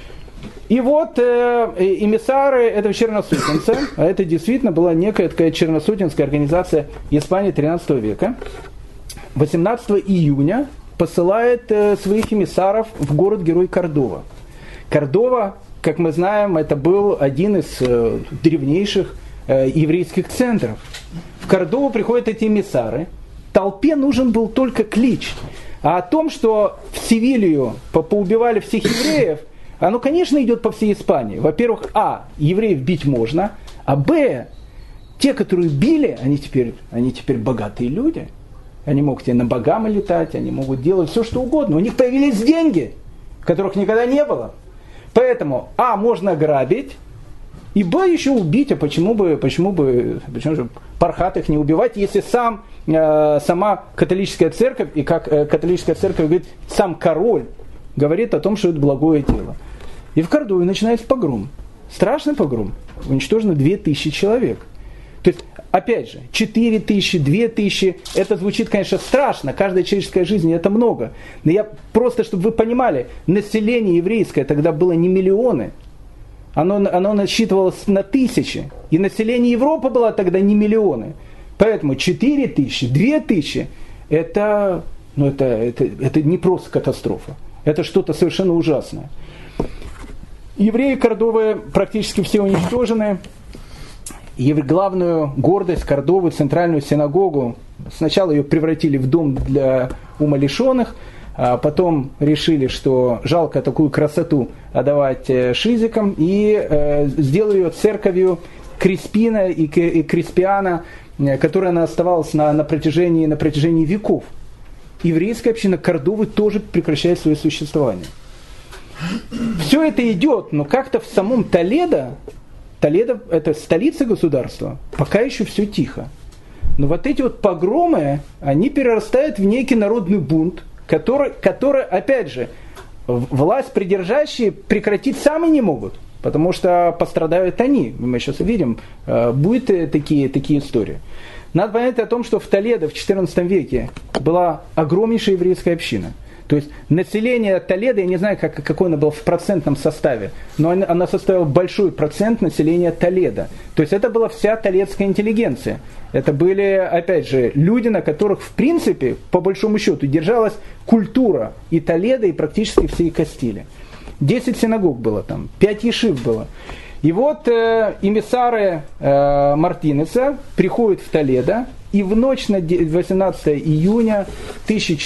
И вот э, эмиссары этого черносотенца, а это действительно была некая такая черносотенская организация Испании тринадцатого века, восемнадцатого июня посылает э, своих эмиссаров в город-герой Кордова. Кордова, как мы знаем, это был один из э, древнейших э, еврейских центров. В Кордову приходят эти эмиссары. Толпе нужен был только клич. А о том, что в Севилью поубивали всех евреев, оно, конечно, идет по всей Испании. Во-первых, а, евреев бить можно, а б, те, которые били, они теперь, они теперь богатые люди. Они могут и на Багамы летать, они могут делать все, что угодно. У них появились деньги, которых никогда не было. Поэтому, а, можно грабить, и б, еще убить. А почему бы, почему бы, почему же пархатых не убивать, если сам, э, сама католическая церковь, и как э, католическая церковь говорит, сам король говорит о том, что это благое дело. И в Кордове начинается погром. Страшный погром. Уничтожено две тысячи человек. То есть, опять же, четыре тысячи, две тысячи, это звучит, конечно, страшно. Каждая человеческая жизнь это много. Но я просто, чтобы вы понимали, население еврейское тогда было не миллионы. Оно, оно насчитывалось на тысячи. И население Европы было тогда не миллионы. Поэтому четыре тысячи, две тысячи, это, ну это, это, это не просто катастрофа. Это что-то совершенно ужасное. Евреи Кордовы практически все уничтожены. И главную гордость Кордовы, центральную синагогу, сначала ее превратили в дом для умалишенных, а потом решили, что жалко такую красоту отдавать шизикам, и э, сделали ее церковью Криспина и, и Криспиана, которая она оставалась на, на, протяжении, на протяжении веков. Еврейская община Кордовы тоже прекращает свое существование. Все это идет, но как-то в самом Толедо, Толедо это столица государства, пока еще все тихо. Но вот эти вот погромы, они перерастают в некий народный бунт, который, который опять же, власть придержащие прекратить сами не могут, потому что пострадают они. Мы сейчас увидим, будут такие, такие истории. Надо понять о том, что в Толедо в четырнадцатом веке была огромнейшая еврейская община. То есть население Толедо, я не знаю, как, какой она была в процентном составе, но она, она составила большой процент населения Толедо. То есть это была вся толедская интеллигенция. Это были, опять же, люди, на которых, в принципе, по большому счету, держалась культура и Толедо, и практически всей Кастилии. Десять синагог было там, пять ешив было. И вот э, эмиссары э, Мартинеса приходят в Толедо, и в ночь на восемнадцатое июня тысяча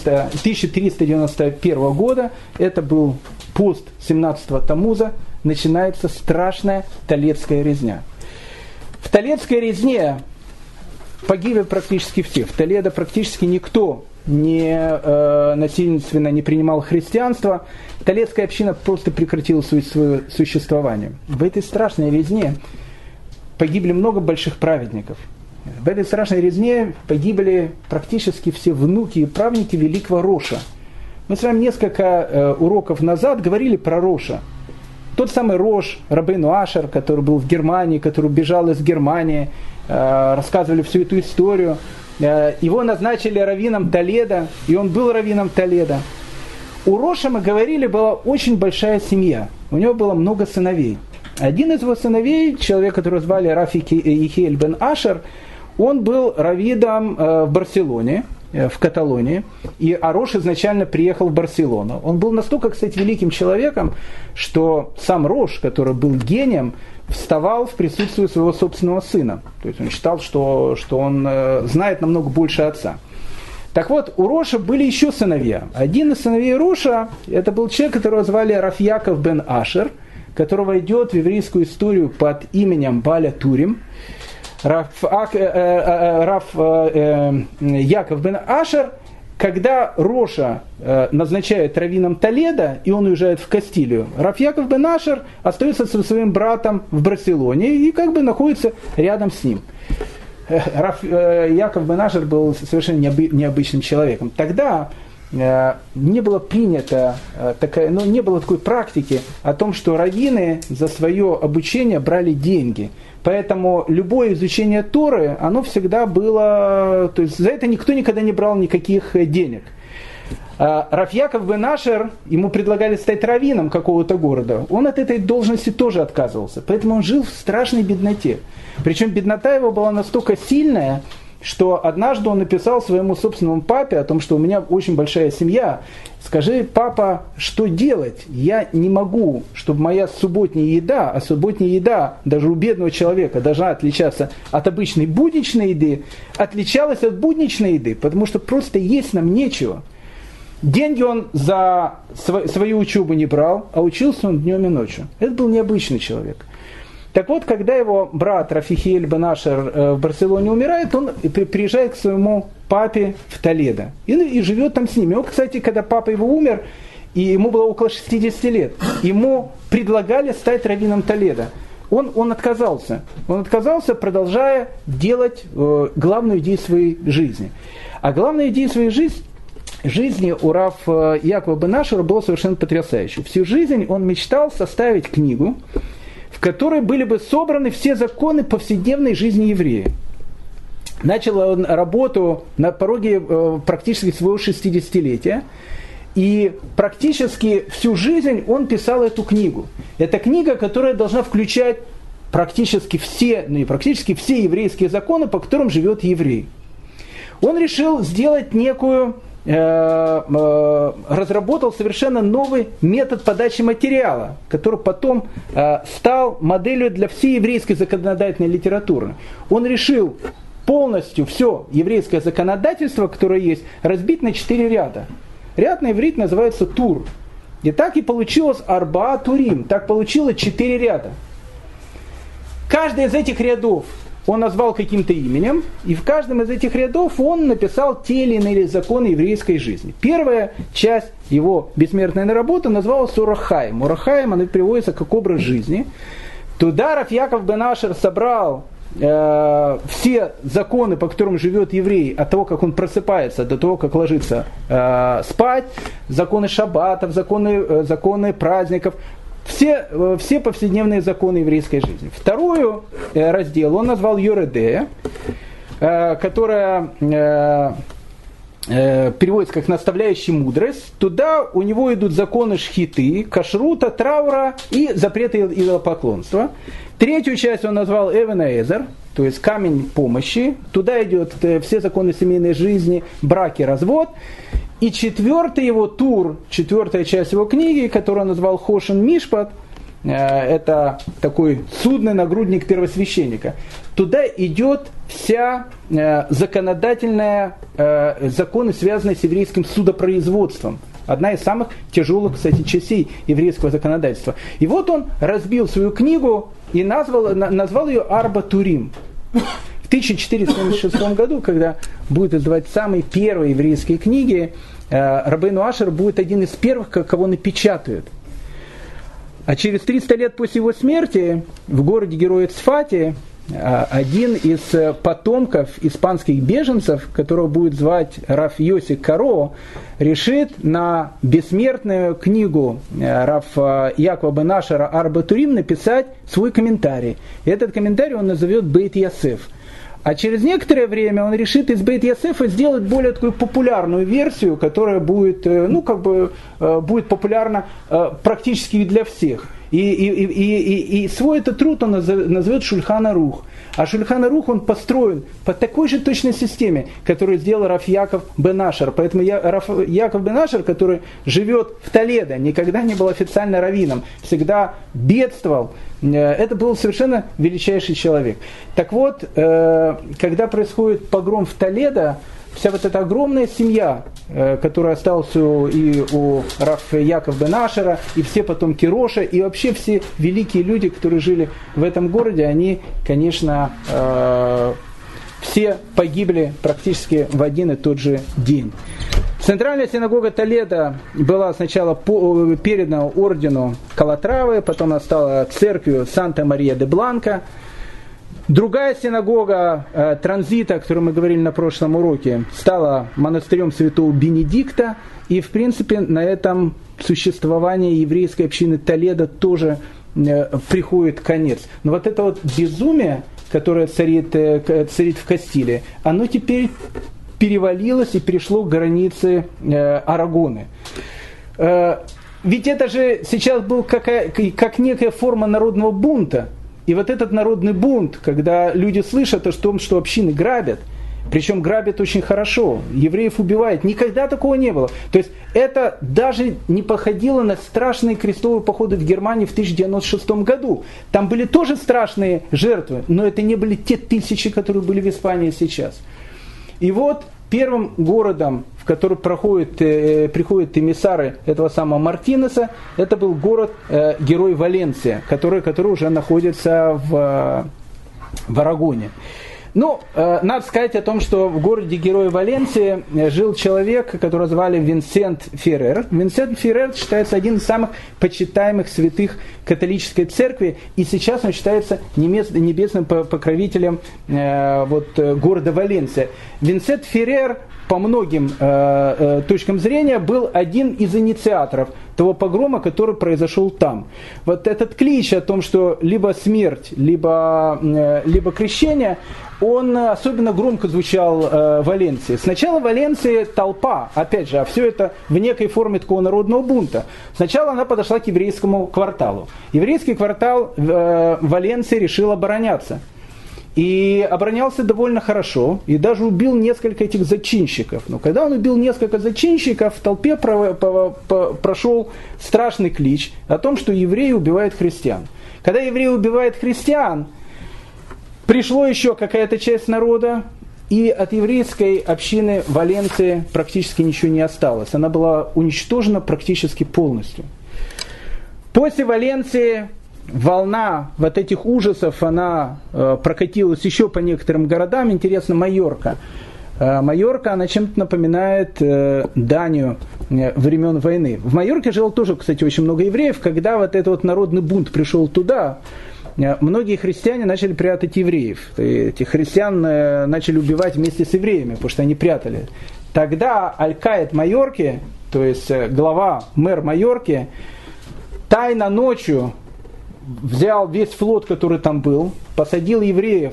триста девяносто первого года, это был пост семнадцатого Тамуза, начинается страшная Толедская резня. В Толедской резне погибли практически все. В Толедо практически никто не э, насильственно не принимал христианство. Толедская община просто прекратила свое, свое существование. В этой страшной резне погибли много больших праведников. В этой страшной резне погибли практически все внуки и правнуки великого Роша. Мы с вами несколько э, уроков назад говорили про Роша. Тот самый Рош, Рабейну Ашер, который был в Германии, который убежал из Германии, э, рассказывали всю эту историю. Э, его назначили раввином Толедо, и он был раввином Толедо. У Роша, мы говорили, была очень большая семья. У него было много сыновей. Один из его сыновей, человек, которого звали Рав Йехиэль бен Ашер, он был раввином э, в Барселоне, э, в Каталонии, и Рош изначально приехал в Барселону. Он был настолько, кстати, великим человеком, что сам Рош, который был гением, вставал в присутствии своего собственного сына. То есть он считал, что, что он э, знает намного больше отца. Так вот, у Роша были еще сыновья. Один из сыновей Роша, это был человек, которого звали Рав Яков бен Ашер, который войдет в еврейскую историю под именем Баля Турим. Рав, э, э, Рав э, Яков бен Ашер, когда Роша э, назначает раввином Толедо, и он уезжает в Кастилию, Рав Яков бен Ашер остается со своим братом в Барселоне и как бы находится рядом с ним. Рав э, Яков бен Ашер был совершенно необы, необычным человеком. Тогда э, не было принято, э, такая, ну, не было такой практики о том, что раввины за свое обучение брали деньги. Поэтому любое изучение Торы, оно всегда было, то есть за это никто никогда не брал никаких денег. Рав Яков бен Ашер, ему предлагали стать раввином какого-то города, он от этой должности тоже отказывался, поэтому он жил в страшной бедноте. Причем беднота его была настолько сильная, что однажды он написал своему собственному папе о том, что у меня очень большая семья. Скажи, папа, что делать? Я не могу, чтобы моя субботняя еда, а субботняя еда даже у бедного человека должна отличаться от обычной будничной еды, отличалась от будничной еды, потому что просто есть нам нечего. Деньги он за свою учебу не брал, а учился он днем и ночью. Это был необычный человек. Так вот, когда его брат Рав Йехиэль бен Ашер в Барселоне умирает, он приезжает к своему папе в Толедо и, и живет там с ними. Он, кстати, когда папа его умер, и ему было около шестидесяти лет, ему предлагали стать раввином Толедо. Он, он отказался. Он отказался, продолжая делать э, главную идею своей жизни. А главная идея своей жизни жизни у Рав Якова бен Ашера была совершенно потрясающей. Всю жизнь он мечтал составить книгу, в которой были бы собраны все законы повседневной жизни еврея. Начал он работу на пороге э, практически своего шестидесятилетия, и практически всю жизнь он писал эту книгу. Это книга, которая должна включать практически все, ну и практически все еврейские законы, по которым живет еврей. Он решил сделать некую э, э, разработал совершенно новый метод подачи материала, который потом э, стал моделью для всей еврейской законодательной литературы. Он решил полностью все еврейское законодательство, которое есть, разбить на четыре ряда. Ряд на иврите называется тур. И так и получилось арбаа турим. Так получилось четыре ряда. Каждый из этих рядов он назвал каким-то именем, и в каждом из этих рядов он написал те или иные законы еврейской жизни. Первая часть его бессмертной работы называлась Орах-Хаим. Орах-Хаим, она переводится как образ жизни. Туда Рав Яков бен Ашер собрал э, все законы, по которым живет еврей, от того, как он просыпается, до того, как ложится э, спать, законы шаббатов, законы, э, законы праздников, Все, все повседневные законы еврейской жизни. Вторую э, раздел он назвал Йоредея, э, которая э, э, переводится как «наставляющий мудрость». Туда у него идут законы шхиты, кашрута, траура и запреты идолопоклонства. Третью часть он назвал Эвен-Эзер, то есть камень помощи. Туда идет э, все законы семейной жизни, браки, развод. И четвертый его тур, четвертая часть его книги, которую он назвал Хошен Мишпат, это такой судный нагрудник первосвященника. Туда идет вся законодательная, законы, связанные с еврейским судопроизводством. Одна из самых тяжелых, кстати, частей еврейского законодательства. И вот он разбил свою книгу и назвал, назвал ее Арба Турим. В тысяча четыреста семьдесят шестом году, когда будет издавать самые первые еврейские книги, Рабейну Ашер будет один из первых, кого напечатают. А через триста лет после его смерти в городе-герое Цфате один из потомков испанских беженцев, которого будет звать Рав Йоси Каро, решит на бессмертную книгу Рав Якова бен Ашера Арба Турим написать свой комментарий. И этот комментарий он назовет Бейт Йосеф. А через некоторое время он решит из Бейт Йосефа сделать более такую популярную версию, которая будет, ну, как бы, будет популярна практически для всех. И, и, и, и, и свой этот труд он назовет Шульхан Арух. А Шульхан Арух он построен по такой же точной системе, которую сделал Рав Яков бен Ашер. Поэтому я, Рав Яков бен Ашер, который живет в Толедо, никогда не был официально раввином, всегда бедствовал. Это был совершенно величайший человек. Так вот, когда происходит погром в Толедо, вся вот эта огромная семья, которая осталась у, и у Рав Яков бен Ашера, и все потомки Роша, и вообще все великие люди, которые жили в этом городе, они, конечно, все погибли практически в один и тот же день. Центральная синагога Толедо была сначала передана ордену Калатравы, потом она стала церковью Санта-Мария-де-Бланка. Другая синагога э, Транзита, о которой мы говорили на прошлом уроке, стала монастырем святого Бенедикта. И, в принципе, на этом существование еврейской общины Толедо тоже э, приходит конец. Но вот это вот безумие, которое царит, э, царит в Кастилии, оно теперь перевалилось и перешло к границе э, Арагоны. Э, ведь это же сейчас был какая, как некая форма народного бунта. И вот этот народный бунт, когда люди слышат о том, что общины грабят, причем грабят очень хорошо, евреев убивают, никогда такого не было. То есть это даже не походило на страшные крестовые походы в Германии в тысяча девятьсот девяносто шестом году. Там были тоже страшные жертвы, но это не были те тысячи, которые были в Испании сейчас. И вот первым городом, в который проходят, э, приходят эмиссары этого самого Мартинеса, это был город-герой э, Валенсия, который, который уже находится в, в Арагоне. Ну, э, надо сказать о том, что в городе-герое Валенсия жил человек, которого звали Винсент Феррер. Винсент Феррер считается одним из самых почитаемых святых католической церкви, и сейчас он считается небесным покровителем э, вот, города Валенсия. Винсент Феррер по многим э, э, точкам зрения был один из инициаторов того погрома, который произошел там. Вот этот клич о том, что либо смерть, либо, э, либо крещение, он особенно громко звучал э, в Валенсии. Сначала в Валенсии толпа, опять же, а все это в некой форме такого народного бунта. Сначала она подошла к еврейскому кварталу. Еврейский квартал э, в Валенсии решил обороняться. И оборонялся довольно хорошо, и даже убил несколько этих зачинщиков. Но когда он убил несколько зачинщиков, в толпе про, по, по, прошел страшный клич о том, что евреи убивают христиан. Когда евреи убивают христиан, пришло еще какая-то часть народа, и от еврейской общины Валенции практически ничего не осталось. Она была уничтожена практически полностью. После Валенции волна вот этих ужасов, она э, прокатилась еще по некоторым городам. Интересно, Майорка. Э, Майорка, она чем-то напоминает э, Данию э, времен войны. В Майорке жило тоже, кстати, очень много евреев. Когда вот этот вот народный бунт пришел туда, э, многие христиане начали прятать евреев. И этих христиан э, начали убивать вместе с евреями, потому что они прятали. Тогда Аль-Каид Майорки, то есть э, глава, мэр Майорки, тайно ночью взял весь флот, который там был, посадил евреев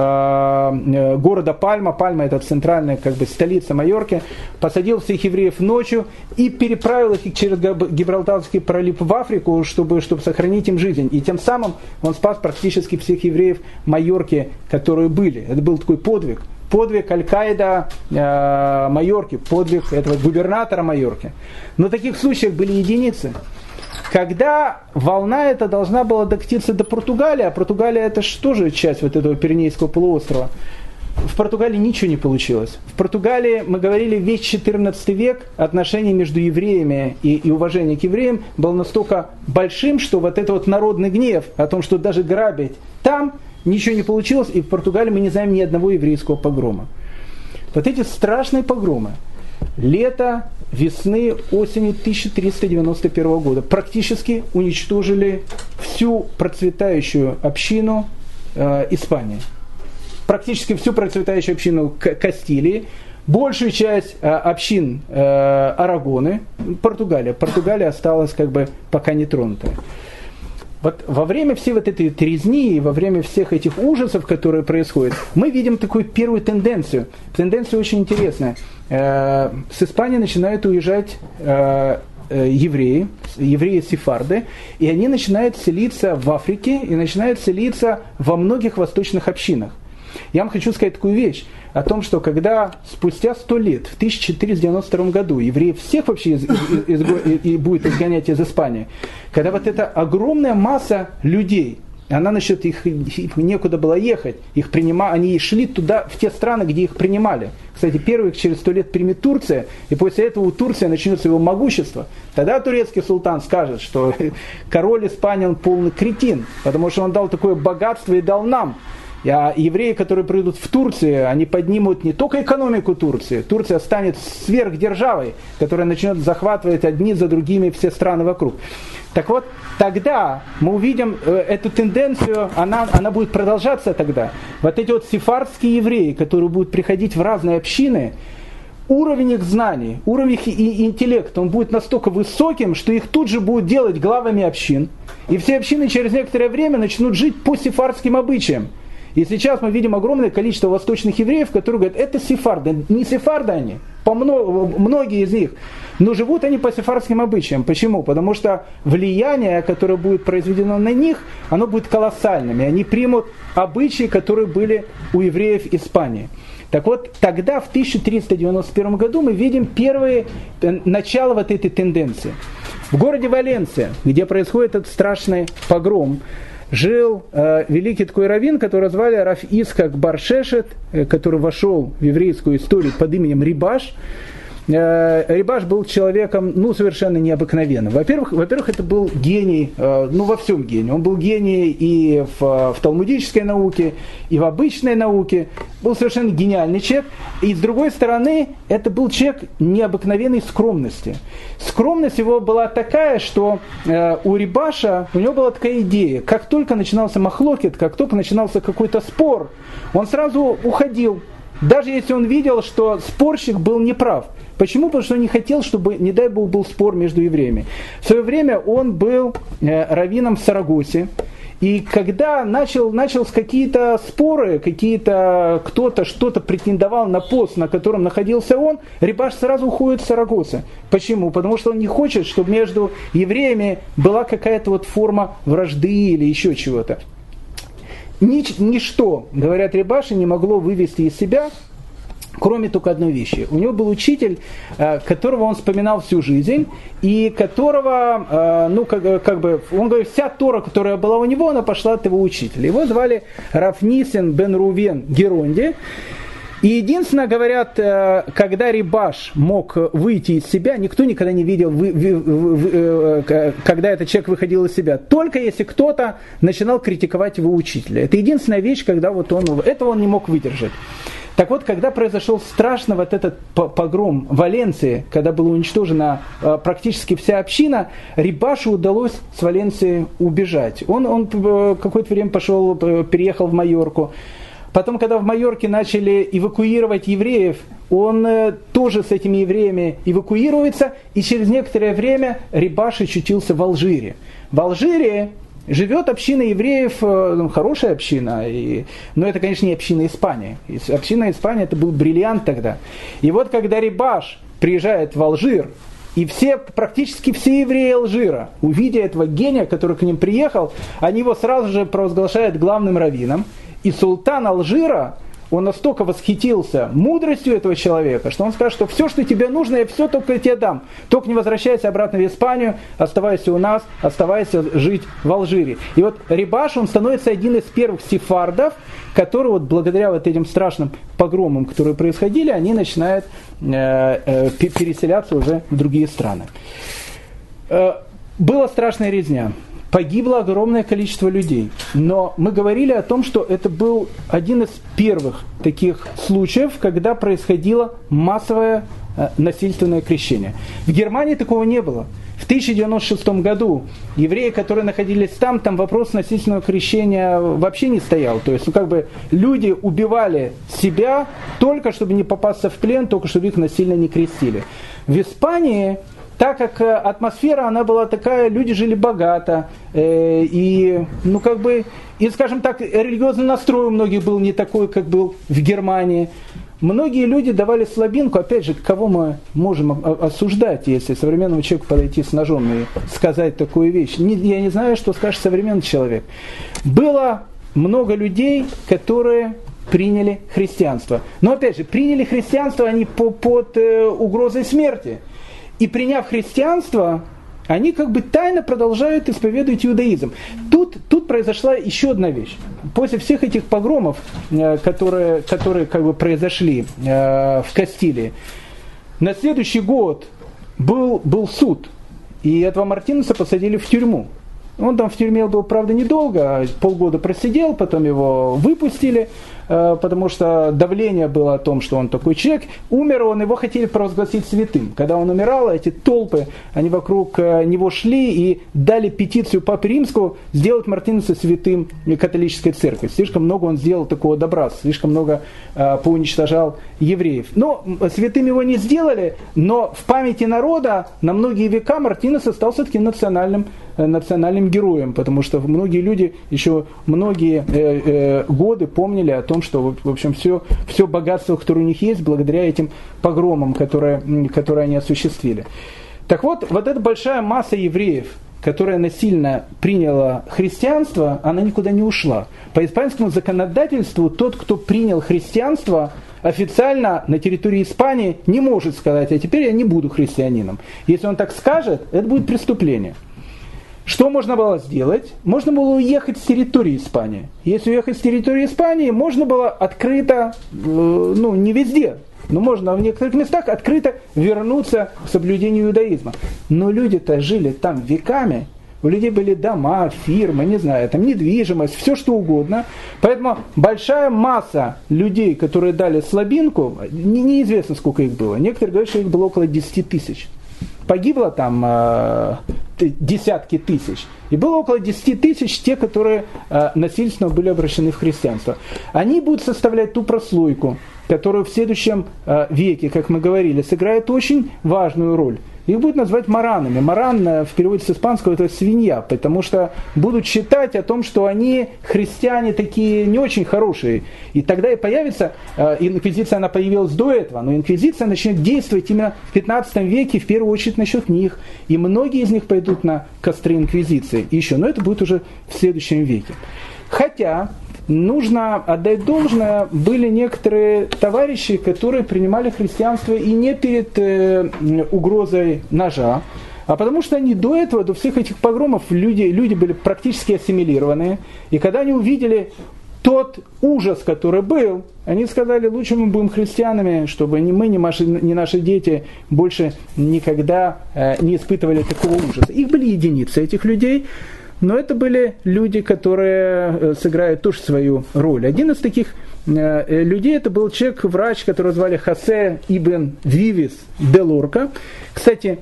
э, города Пальма, Пальма это центральная как бы столица Майорки, посадил всех евреев ночью и переправил их через Гибралтарский пролив в Африку, чтобы, чтобы сохранить им жизнь. И тем самым он спас практически всех евреев Майорки, которые были. Это был такой подвиг. Подвиг Аль-Каида э, Майорки, подвиг этого губернатора Майорки. Но таких случаев были единицы. Когда волна эта должна была докатиться до Португалии, а Португалия это же тоже часть вот этого Пиренейского полуострова, в Португалии ничего не получилось. В Португалии, мы говорили, весь четырнадцатый век отношения между евреями и, и уважение к евреям было настолько большим, что вот этот вот народный гнев о том, что даже грабить там, ничего не получилось, и в Португалии мы не знаем ни одного еврейского погрома. Вот эти страшные погромы, лето, весны, осени тысяча триста девяносто первого года практически уничтожили всю процветающую общину э, Испании. Практически всю процветающую общину Кастилии, большую часть э, общин э, Арагоны, Португалия. Португалия осталась как бы пока не тронутая. Вот во время всей вот этой трезни и во время всех этих ужасов, которые происходят, мы видим такую первую тенденцию. Тенденция очень интересная. С Испании начинают уезжать евреи, евреи-сефарды, и они начинают селиться в Африке и начинают селиться во многих восточных общинах. Я вам хочу сказать такую вещь, о том, что когда спустя сто лет, в тысяча четыреста девяносто втором году, евреев всех вообще из, из, из, из, будет изгонять из Испании, когда вот эта огромная масса людей, она начнет, их, их некуда было ехать, их принима, они шли туда, в те страны, где их принимали. Кстати, первых через сто лет примет Турция, и после этого у Турции начнется его могущество. Тогда турецкий султан скажет, что король Испании, он полный кретин, потому что он дал такое богатство и дал нам. А евреи, которые придут в Турцию, они поднимут не только экономику Турции. Турция станет сверхдержавой, которая начнет захватывать одни за другими все страны вокруг. Так вот, тогда мы увидим э, эту тенденцию, она, она будет продолжаться тогда. Вот эти вот сефардские евреи, которые будут приходить в разные общины, уровень их знаний, уровень их и интеллекта, он будет настолько высоким, что их тут же будут делать главами общин. И все общины через некоторое время начнут жить по сефардским обычаям. И сейчас мы видим огромное количество восточных евреев, которые говорят, это сефарды. Не сефарды они, по много, многие из них, но живут они по сефардским обычаям. Почему? Потому что влияние, которое будет произведено на них, оно будет колоссальным. И они примут обычаи, которые были у евреев Испании. Так вот, тогда, в тысяча триста девяносто первом году, мы видим первые начало вот этой тенденции. В городе Валенсия, где происходит этот страшный погром, жил э, великий такой раввин, которого звали Рав Ицхак бар Шешет, э, который вошел в еврейскую историю под именем Рибаш. Э, Рибаш был человеком, ну, совершенно необыкновенным. Во-первых, во-первых, это был гений, э, ну, во всем гений. Он был гений и в, в талмудической науке, и в обычной науке. Был совершенно гениальный человек. И с другой стороны, это был человек необыкновенной скромности. Скромность его была такая, что э, у Рибаша, у него была такая идея. Как только начинался махлокет, как только начинался какой-то спор, он сразу уходил. Даже если он видел, что спорщик был неправ. Почему? Потому что он не хотел, чтобы, не дай Бог, был спор между евреями. В свое время он был э, раввином в Сарагосе. И когда начал, начал какие-то споры, какие-то, кто-то что-то претендовал на пост, на котором находился он, Рибаш сразу уходит в Сарагоса. Почему? Потому что он не хочет, чтобы между евреями была какая-то вот форма вражды или еще чего-то. нич, ничто, говорят рибаши, не могло вывести из себя, кроме только одной вещи. У него был учитель, которого он вспоминал всю жизнь, и которого, ну, как, как бы, он говорит, вся Тора, которая была у него, она пошла от его учителя. Его звали Рав Ниссен бен Рувен Геронди. И единственное, говорят, когда рибаш мог выйти из себя, никто никогда не видел, когда этот человек выходил из себя, только если кто-то начинал критиковать его учителя. Это единственная вещь, когда вот он, этого он не мог выдержать. Так вот, когда произошел страшный вот этот погром в Валенции, когда была уничтожена практически вся община, рибашу удалось с Валенции убежать. Он, он какое-то время пошел, переехал в Майорку. Потом, когда в Майорке начали эвакуировать евреев, он тоже с этими евреями эвакуируется, и через некоторое время рибаш очутился в Алжире. В Алжире живет община евреев, ну, хорошая община, и, но это, конечно, не община Испании. Община Испании это был бриллиант тогда. И вот когда рибаш приезжает в Алжир, и все, практически все евреи Алжира, увидя этого гения, который к ним приехал, они его сразу же провозглашают главным раввином. И султан Алжира, он настолько восхитился мудростью этого человека, что он скажет, что все, что тебе нужно, я все только тебе дам. Только не возвращайся обратно в Испанию, оставайся у нас, оставайся жить в Алжире. И вот рибаш, он становится один из первых сефардов, которые вот благодаря вот этим страшным погромам, которые происходили, они начинают э, э, переселяться уже в другие страны. Э, была страшная резня. Погибло огромное количество людей. Но мы говорили о том, что это был один из первых таких случаев, когда происходило массовое э, насильственное крещение. В Германии такого не было. В тысяча девятьсот девяносто шестом году евреи, которые находились там, там вопрос насильственного крещения вообще не стоял. То есть, ну, как бы люди убивали себя только чтобы не попасться в плен, только чтобы их насильно не крестили. В Испании, так как атмосфера, она была такая, люди жили богато, э, и, ну, как бы, и, скажем так, религиозный настрой у многих был не такой, как был в Германии. Многие люди давали слабинку, опять же, кого мы можем осуждать, если современному человеку подойти с ножом и сказать такую вещь. Я не знаю, что скажет современный человек. Было много людей, которые приняли христианство. Но, опять же, приняли христианство они по, под э, угрозой смерти. И приняв христианство, они как бы тайно продолжают исповедовать иудаизм. Тут, тут произошла еще одна вещь. После всех этих погромов, которые, которые как бы произошли в Кастилии, на следующий год был, был суд, и этого Мартинеса посадили в тюрьму. Он там в тюрьме был, правда, недолго, полгода просидел, потом его выпустили, потому что давление было о том, что он такой человек. Умер он, его хотели провозгласить святым. Когда он умирал, эти толпы, они вокруг него шли и дали петицию Папе Римскому сделать Мартинеса святым католической церкви. Слишком много он сделал такого добра, слишком много э, поуничтожал евреев. Но святым его не сделали, но в памяти народа на многие века Мартинес остался таким национальным, э, национальным героем, потому что многие люди еще многие э, э, годы помнили о том, что, в общем, все, все богатство, которое у них есть, благодаря этим погромам, которые, которые они осуществили. Так вот, вот эта большая масса евреев, которая насильно приняла христианство, она никуда не ушла. По испанскому законодательству тот, кто принял христианство, официально на территории Испании не может сказать, а теперь я не буду христианином. Если он так скажет, это будет преступление. Что можно было сделать? Можно было уехать с территории Испании. Если уехать с территории Испании, можно было открыто, ну не везде, но можно в некоторых местах открыто вернуться к соблюдению иудаизма. Но люди-то жили там веками. У людей были дома, фирмы, не знаю, там недвижимость, все что угодно. Поэтому большая масса людей, которые дали слабинку, не, неизвестно сколько их было. Некоторые говорят, что их было около десять тысяч. Погибло там э, десятки тысяч. И было около десять тысяч те, которые э, насильственно были обращены в христианство. Они будут составлять ту прослойку, которая в следующем э, веке, как мы говорили, сыграет очень важную роль. Их будут назвать маранами. Маран в переводе с испанского это свинья, потому что будут считать о том, что они христиане такие не очень хорошие. И тогда и появится, э, инквизиция она появилась до этого, но инквизиция начнет действовать именно в пятнадцатом веке, в первую очередь насчет них. И многие из них пойдут на костры инквизиции. И еще, но это будет уже в следующем веке. Хотя нужно отдать должное, были некоторые товарищи, которые принимали христианство и не перед э, угрозой ножа, а потому что они до этого, до всех этих погромов, люди, люди были практически ассимилированные. И когда они увидели тот ужас, который был, они сказали, лучше мы будем христианами, чтобы ни мы, ни наши, ни наши дети больше никогда э, не испытывали такого ужаса. Их были единицы, этих людей, но это были люди, которые э, сыграют тоже свою роль. Один из таких э, людей, это был человек, врач, которого звали Хосе ибн Вивис де Лорка. Кстати,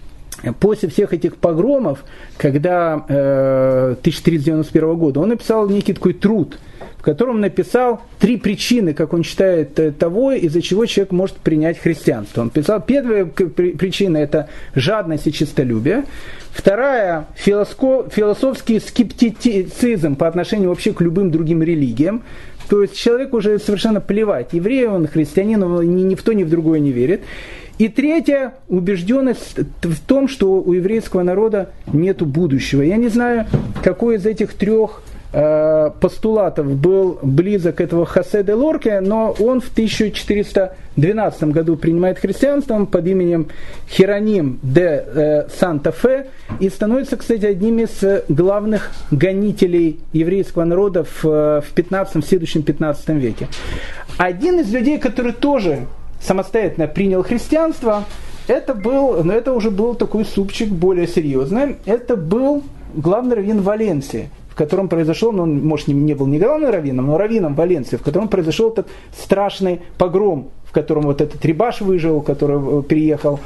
после всех этих погромов, когда э, тысяча триста девяносто первого года, он написал некий такой труд, в котором написал три причины, как он считает, того, из-за чего человек может принять христианство. Он писал, первая причина – это жадность и честолюбие. Вторая – философский скептицизм по отношению вообще к любым другим религиям. То есть человеку уже совершенно плевать, еврей он, христианин, он ни, ни в то, ни в другое не верит. И третья – убежденность в том, что у еврейского народа нет будущего. Я не знаю, какой из этих трех э, постулатов был близок к этому Хосе де Лорке, но он в тысяча четыреста двенадцатом году принимает христианство под именем Хероним де э, Санта-Фе и становится, кстати, одним из главных гонителей еврейского народа в, в пятнадцатом, в следующем пятнадцатом веке. Один из людей, который тоже самостоятельно принял христианство, это был, но это уже был такой супчик более серьезный, это был главный раввин Валенсии, в котором произошел, ну, он, может, не, не был не главным раввином, но раввином Валенсии, в котором произошел этот страшный погром, в котором вот этот Рибаш выжил, который приехал,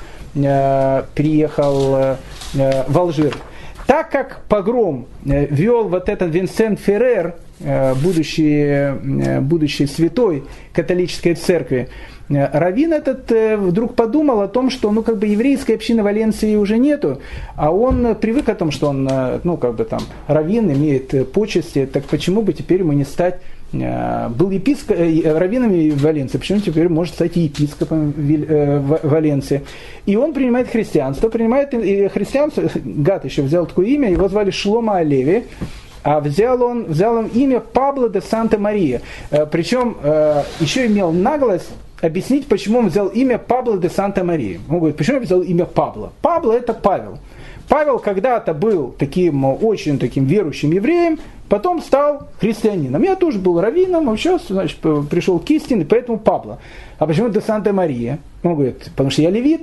э, приехал э, в Алжир. Так как погром э, вел вот этот Винсент Феррер, э, будущий, э, будущий святой католической церкви, раввин этот э, вдруг подумал о том, что ну, как бы еврейской общины Валенсии уже нету, а он привык к тому, что он э, ну, как бы, там, раввин, имеет э, почести, так почему бы теперь ему не стать, э, был епископ, э, раввином Валенсии, почему теперь может стать и епископом э, Валенсии. И он принимает христианство, принимает э, христианство, гад еще взял такое имя, его звали Шломо Алеви, а взял он, взял он имя Пабло де Санта-Мария, э, причем э, еще имел наглость объяснить, почему он взял имя Пабло де Санта-Мария. Он говорит, почему я взял имя Пабло? Пабло это Павел. Павел когда-то был таким очень таким верующим евреем, потом стал христианином. Я тоже был раввином, а сейчас, значит, пришел к истине, поэтому Пабло. А почему де Санта-Мария? Он говорит, потому что я левит.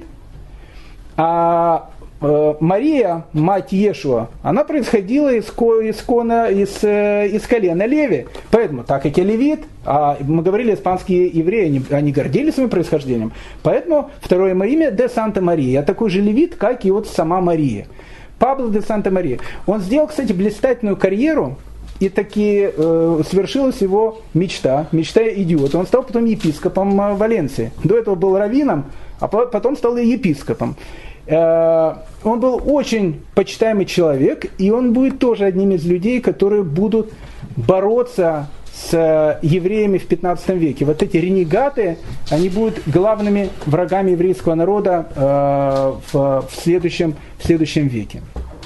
А э, Мария, мать Иешуа, она происходила из, из, из, из колена Леви. Поэтому, так как я левит, а мы говорили, испанские евреи, они, они гордились своим происхождением. Поэтому второе мое имя де Санта-Мария. Я такой же левит, как и вот сама Мария. Пабло де Санта-Мария. Он сделал, кстати, блистательную карьеру, и таки э, свершилась его мечта, мечта идиота. Он стал потом епископом э, Валенсии. До этого был раввином, а потом стал и епископом. Э, он был очень почитаемый человек, и он будет тоже одним из людей, которые будут бороться с евреями в пятнадцатом веке. Вот эти ренегаты, они будут главными врагами еврейского народа э, в, в, следующем, в следующем веке.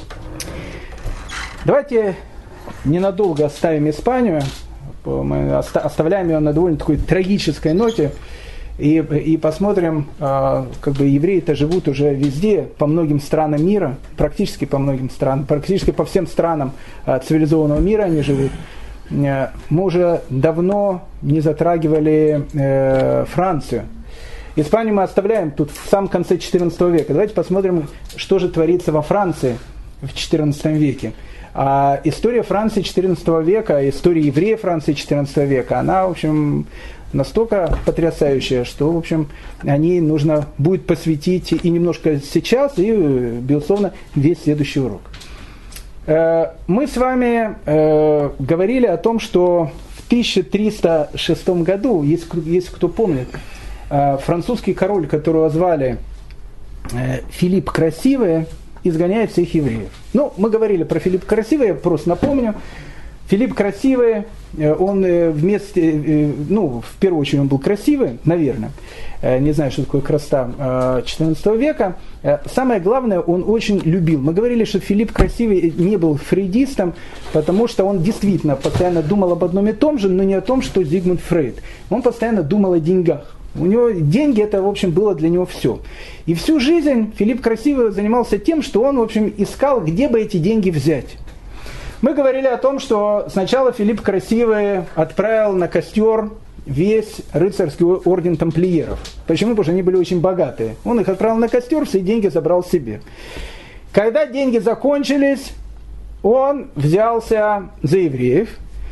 Давайте ненадолго оставим Испанию, мы оставляем ее на довольно такой трагической ноте, и, и посмотрим, э, как бы евреи-то живут уже везде, по многим странам мира, практически по многим странам, практически по всем странам э, цивилизованного мира они живут. Мы уже давно не затрагивали э, Францию. Испанию мы оставляем тут в самом конце четырнадцатого века. Давайте посмотрим, что же творится во Франции в четырнадцатом веке. А история Франции четырнадцатого века, история евреев Франции четырнадцатого века, она, в общем, настолько потрясающая, что, в общем, о ней нужно будет посвятить и немножко сейчас, и, безусловно, весь следующий урок. Мы с вами э, говорили о том, что в тысяча триста шестом году, если, если кто помнит, э, французский король, которого звали э, Филипп Красивый, изгоняет всех евреев. Ну, мы говорили про Филиппа Красивого, я просто напомню. Филипп красивый, он вместе, ну, в первую очередь он был красивый, наверное, не знаю, что такое красота четырнадцатого века. Самое главное, он очень любил. Мы говорили, что Филипп красивый не был фрейдистом, потому что он действительно постоянно думал об одном и том же, но не о том, что Зигмунд Фрейд. Он постоянно думал о деньгах. У него деньги, это, в общем, было для него все. И всю жизнь Филипп Красивый занимался тем, что он, в общем, искал, где бы эти деньги взять. Мы говорили о том, что сначала Филипп Красивый отправил на костер весь рыцарский орден тамплиеров. Почему? Потому что они были очень богатые. Он их отправил на костер, все деньги забрал себе. Когда деньги закончились, он взялся за евреев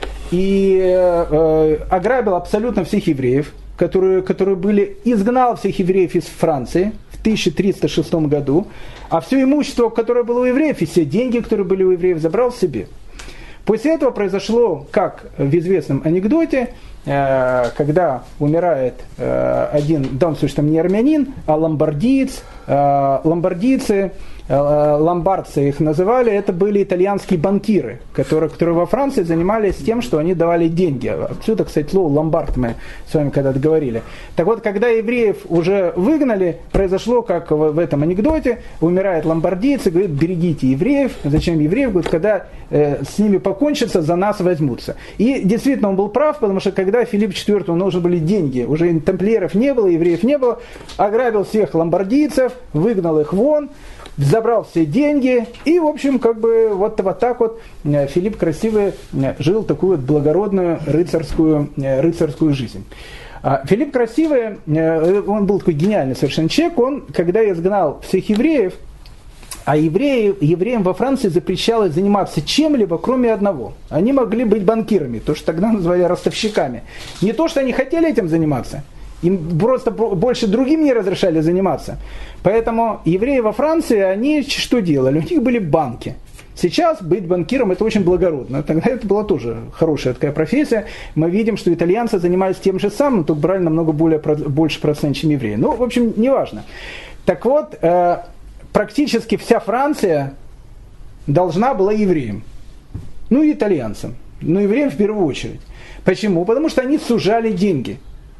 и э, ограбил абсолютно всех евреев, которые, которые были, изгнал всех евреев из Франции в тысяча триста шестом году, а все имущество, которое было у евреев, и все деньги, которые были у евреев, забрал себе. После этого произошло, как в известном анекдоте, когда умирает один, в данном случае там не армянин, а ломбардиец, ломбардийцы, ломбардцы их называли, это были итальянские банкиры, которые, которые во Франции занимались тем, что они давали деньги. Отсюда, кстати, слово ломбард мы с вами когда-то говорили. Так вот, когда евреев уже выгнали, произошло, как в этом анекдоте, умирает ломбардиец и говорит: берегите евреев. Зачем евреев? Говорит, когда э, с ними покончится, за нас возьмутся. И действительно он был прав, потому что когда Филипп четвёртому нужны были деньги, уже тамплиеров не было, евреев не было, ограбил всех ломбардийцев, выгнал их вон, забрал все деньги, и, в общем, как бы вот, вот так вот Филипп Красивый жил такую вот благородную рыцарскую, рыцарскую жизнь. Филипп Красивый, он был такой гениальный совершенно человек, он, когда изгнал всех евреев, а евреи, евреям во Франции запрещалось заниматься чем-либо, кроме одного. Они могли быть банкирами, то, что тогда называли ростовщиками. Не то, что они хотели этим заниматься, им просто больше другим не разрешали заниматься. Поэтому евреи во Франции, они что делали? У них были банки. Сейчас быть банкиром — это очень благородно. Тогда это была тоже хорошая такая профессия. Мы видим, что итальянцы занимались тем же самым, только брали намного более, больше процент, чем евреи. Ну, в общем, неважно. Так вот, практически вся Франция должна была евреям. Ну и итальянцам. Но евреям в первую очередь. Почему? Потому что они сужали деньги.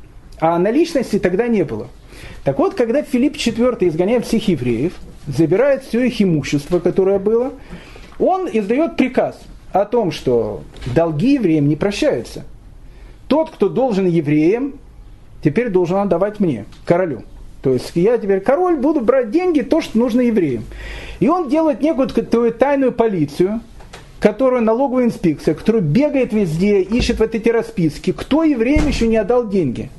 А наличности тогда не было. Так вот, когда Филипп четвёртый изгоняет всех евреев, забирает все их имущество, которое было, он издает приказ о том, что долги евреям не прощаются. Тот, кто должен евреям, теперь должен отдавать мне, королю. То есть я теперь король, буду брать деньги, то, что нужно евреям. И он делает некую такую тайную полицию, которую налоговая инспекция, которая бегает везде, ищет вот эти расписки, кто евреям еще не отдал деньги.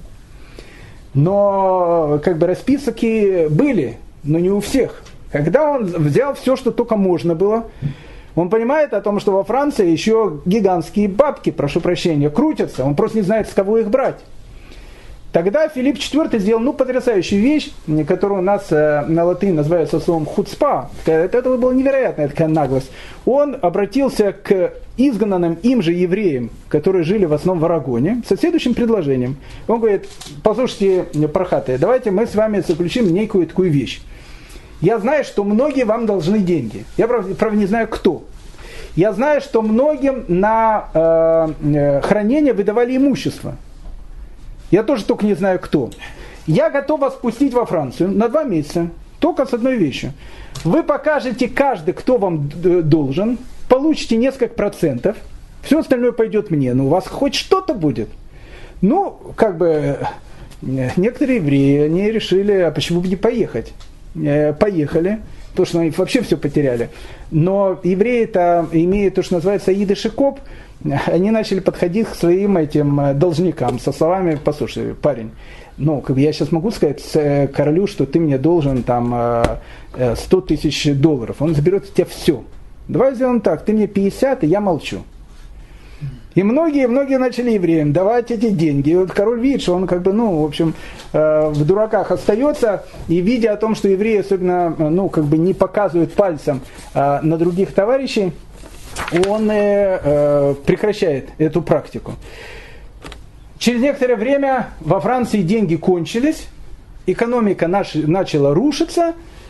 Но как бы расписки были, но не у всех. Когда он взял все, что только можно было, он понимает о том, что во Франции еще гигантские бабки, прошу прощения, крутятся, он просто не знает, с кого их брать. Тогда Филипп четвёртый сделал ну, потрясающую вещь, которую у нас э, на латыни называется словом хуцпа. Это, это была невероятная такая наглость. Он обратился к изгнанным им же евреям, которые жили в основном в Арагоне, со следующим предложением. Он говорит: послушайте, прохатые, давайте мы с вами заключим некую такую вещь. Я знаю, что многие вам должны деньги. Я, правда, правда не знаю, кто. Я знаю, что многим на э, э, хранение выдавали имущество. Я тоже только не знаю, кто. Я готов вас пустить во Францию на два месяца, только с одной вещью. Вы покажете каждый, кто вам должен, получите несколько процентов, все остальное пойдет мне, но у вас хоть что-то будет. Ну, как бы, некоторые евреи, они решили, а почему бы не поехать? Поехали, потому что они вообще все потеряли. Но евреи-то имеют то, что называется идиш и коп. Они начали подходить к своим этим должникам со словами: послушай, парень, ну, как бы я сейчас могу сказать королю, что ты мне должен там сто тысяч долларов, он заберет у тебя все. Давай сделаем так, ты мне пятьдесят, и я молчу. И многие, многие начали евреям давать эти деньги. И вот король видит, что он как бы, ну, в общем, в дураках остается, и видя о том, что евреи особенно, ну, как бы не показывают пальцем на других товарищей, он э, прекращает эту практику. Через некоторое время во Франции деньги кончились, экономика наша начала рушиться,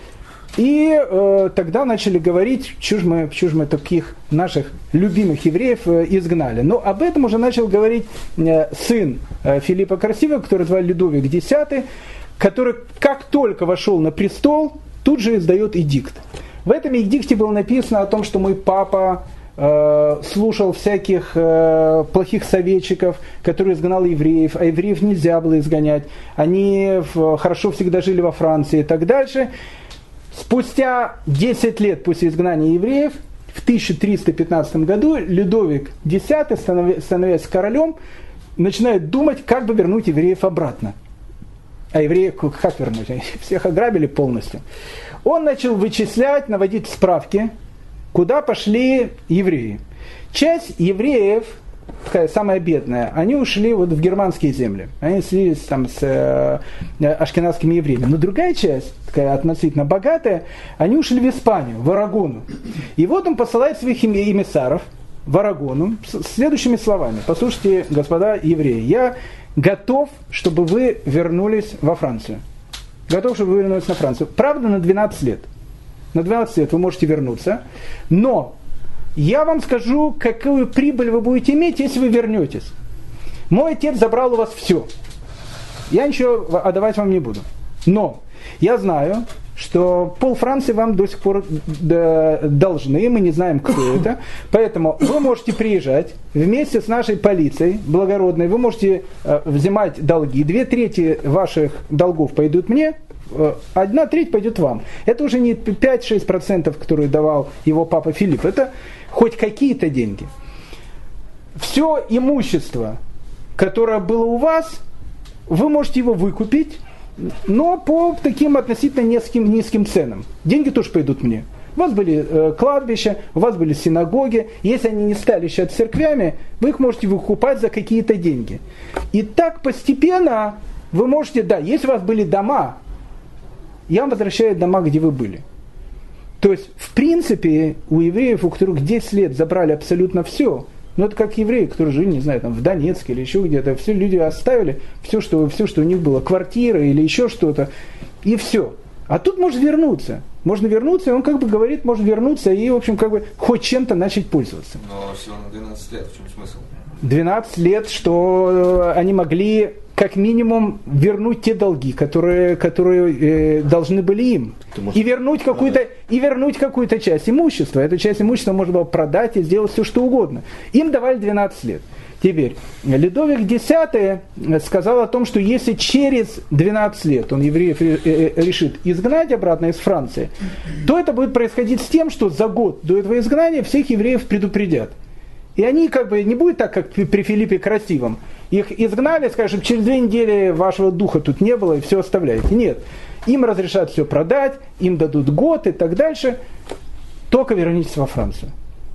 И э, тогда начали говорить, чего ж мы, чего ж мы таких наших любимых евреев э, изгнали. Но об этом уже начал говорить э, сын э, Филиппа Красивого, который звали Людовик X, который как только вошел на престол, тут же издает эдикт. В этом эдикте было написано о том, что мой папа э, слушал всяких э, плохих советчиков, которые изгнали евреев, а евреев нельзя было изгонять. Они в, хорошо всегда жили во Франции и так дальше. Спустя десять лет после изгнания евреев, в тысяча триста пятнадцатом году, Людовик X, становясь королем, начинает думать, как бы вернуть евреев обратно. А евреев как вернуть? Они всех ограбили полностью. Он начал вычислять, наводить справки, куда пошли евреи. Часть евреев, такая самая бедная, они ушли вот в германские земли. Они слились там с э, ашкеназскими евреями. Но другая часть, такая относительно богатая, они ушли в Испанию, в Арагону. И вот он посылает своих эмиссаров в Арагону с следующими словами. Послушайте, господа евреи, я готов, чтобы вы вернулись во Францию. Готов, чтобы вы вернулись на Францию. Правда, на двенадцать лет. На двенадцать лет вы можете вернуться, но я вам скажу, какую прибыль вы будете иметь, если вы вернетесь. Мой отец забрал у вас все. Я ничего отдавать вам не буду. Но я знаю, что пол Франции вам до сих пор должны, мы не знаем, кто это. Поэтому вы можете приезжать вместе с нашей полицией благородной, вы можете взимать долги. Две трети ваших долгов пойдут мне, одна треть пойдет вам. Это уже не пять-шесть процентов, которые давал его папа Филипп. Это хоть какие-то деньги. Все имущество, которое было у вас, вы можете его выкупить, но по таким относительно низким, низким ценам. Деньги тоже пойдут мне. У вас были э, кладбища, у вас были синагоги. Если они не стали сейчас церквями, вы их можете выкупать за какие-то деньги. И так постепенно вы можете, да, если у вас были дома, я вам возвращаю дома, где вы были. То есть, в принципе, у евреев, у которых десять лет забрали абсолютно все, ну, это как евреи, которые жили, не знаю, там, в Донецке или еще где-то, все люди оставили все что, все, что у них было, квартира или еще что-то, и все. А тут можно вернуться. Можно вернуться, и он как бы говорит, можно вернуться и, в общем, как бы хоть чем-то начать пользоваться. Но всего на двенадцать лет, в чем смысл? двенадцать лет, что они могли как минимум вернуть те долги, которые, которые э, должны были им. И вернуть, какую-то, и вернуть какую-то часть имущества. Эту часть имущества можно было продать и сделать все, что угодно. Им давали двенадцать лет. Теперь, Людовик X сказал о том, что если через двенадцать лет он евреев решит изгнать обратно из Франции, то это будет происходить с тем, что за год до этого изгнания всех евреев предупредят. И они как бы не будет так, как при Филиппе Красивом. Их изгнали, скажем, через две недели вашего духа тут не было и все оставляете. Нет. Им разрешат все продать, им дадут год и так дальше. Только вернитесь во Францию.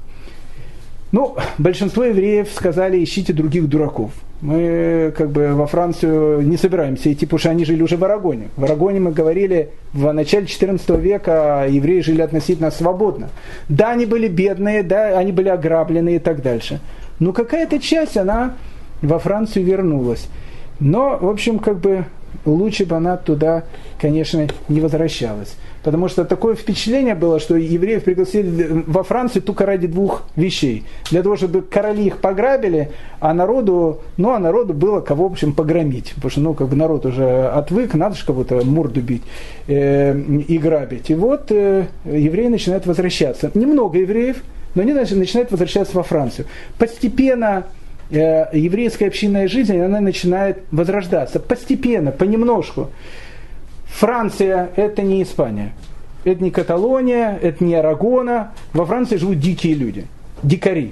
Ну, большинство евреев сказали, ищите других дураков. Мы как бы во Францию не собираемся идти, потому что они жили уже в Арагоне. В Арагоне, мы говорили, в начале четырнадцатого века евреи жили относительно свободно. Да, они были бедные, да, они были ограблены и так дальше. Но какая-то часть, она во Францию вернулась. Но, в общем, как бы лучше бы она туда, конечно, не возвращалась. Потому что такое впечатление было, что евреев пригласили во Францию только ради двух вещей. Для того, чтобы короли их пограбили, а народу, ну, а народу было кого, в общем, погромить. Потому что, ну, как бы народ уже отвык, надо же кого-то морду бить э, и грабить. И вот э, евреи начинают возвращаться. Немного евреев, но они начинают возвращаться во Францию. Постепенно э, еврейская общинная жизнь, она начинает возрождаться. Постепенно, понемножку. Франция – это не Испания, это не Каталония, это не Арагона. Во Франции живут дикие люди, дикари.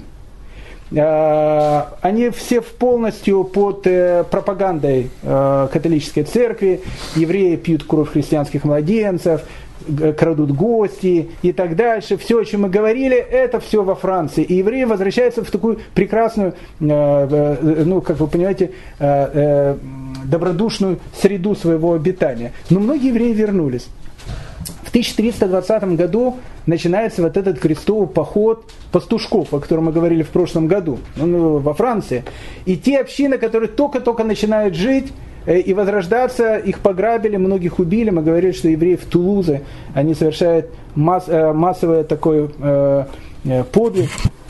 Они все полностью под пропагандой католической церкви. Евреи пьют кровь христианских младенцев, крадут гости и так дальше. Все, о чем мы говорили, это все во Франции. И евреи возвращаются в такую прекрасную, ну, как вы понимаете, добродушную среду своего обитания. Но многие евреи вернулись. В тысяча триста двадцатом году начинается вот этот крестовый поход пастушков, о котором мы говорили в прошлом году, ну, во Франции. И те общины, которые только-только начинают жить, и возрождаться. Их пограбили, многих убили. Мы говорили, что евреи в Тулузе, они совершают масс, массовое такое э, подвиг,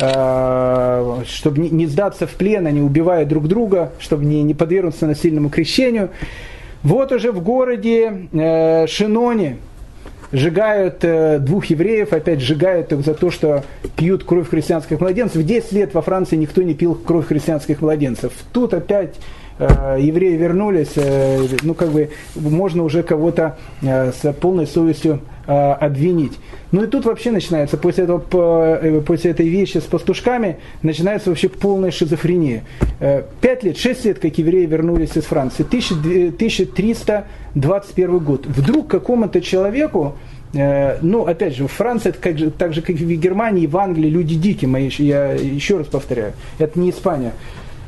э, чтобы не, не сдаться в плен, они убивают друг друга, чтобы не, не подвергнуться насильному крещению. Вот уже в городе э, Шиноне сжигают э, двух евреев, опять сжигают их за то, что пьют кровь христианских младенцев. десять лет во Франции никто не пил кровь христианских младенцев. Тут опять э, евреи вернулись, э, ну как бы можно уже кого-то э, с полной совестью э, обвинить. Ну и тут вообще начинается, после, этого, после этой вещи с пастушками, начинается вообще полная шизофрения. Пять лет, шесть лет, как евреи вернулись из Франции, тысяча триста двадцать первый год. Вдруг какому-то человеку, ну опять же, в Франции, это как же, так же, как и в Германии, в Англии, люди дикие, мои, я еще раз повторяю, это не Испания.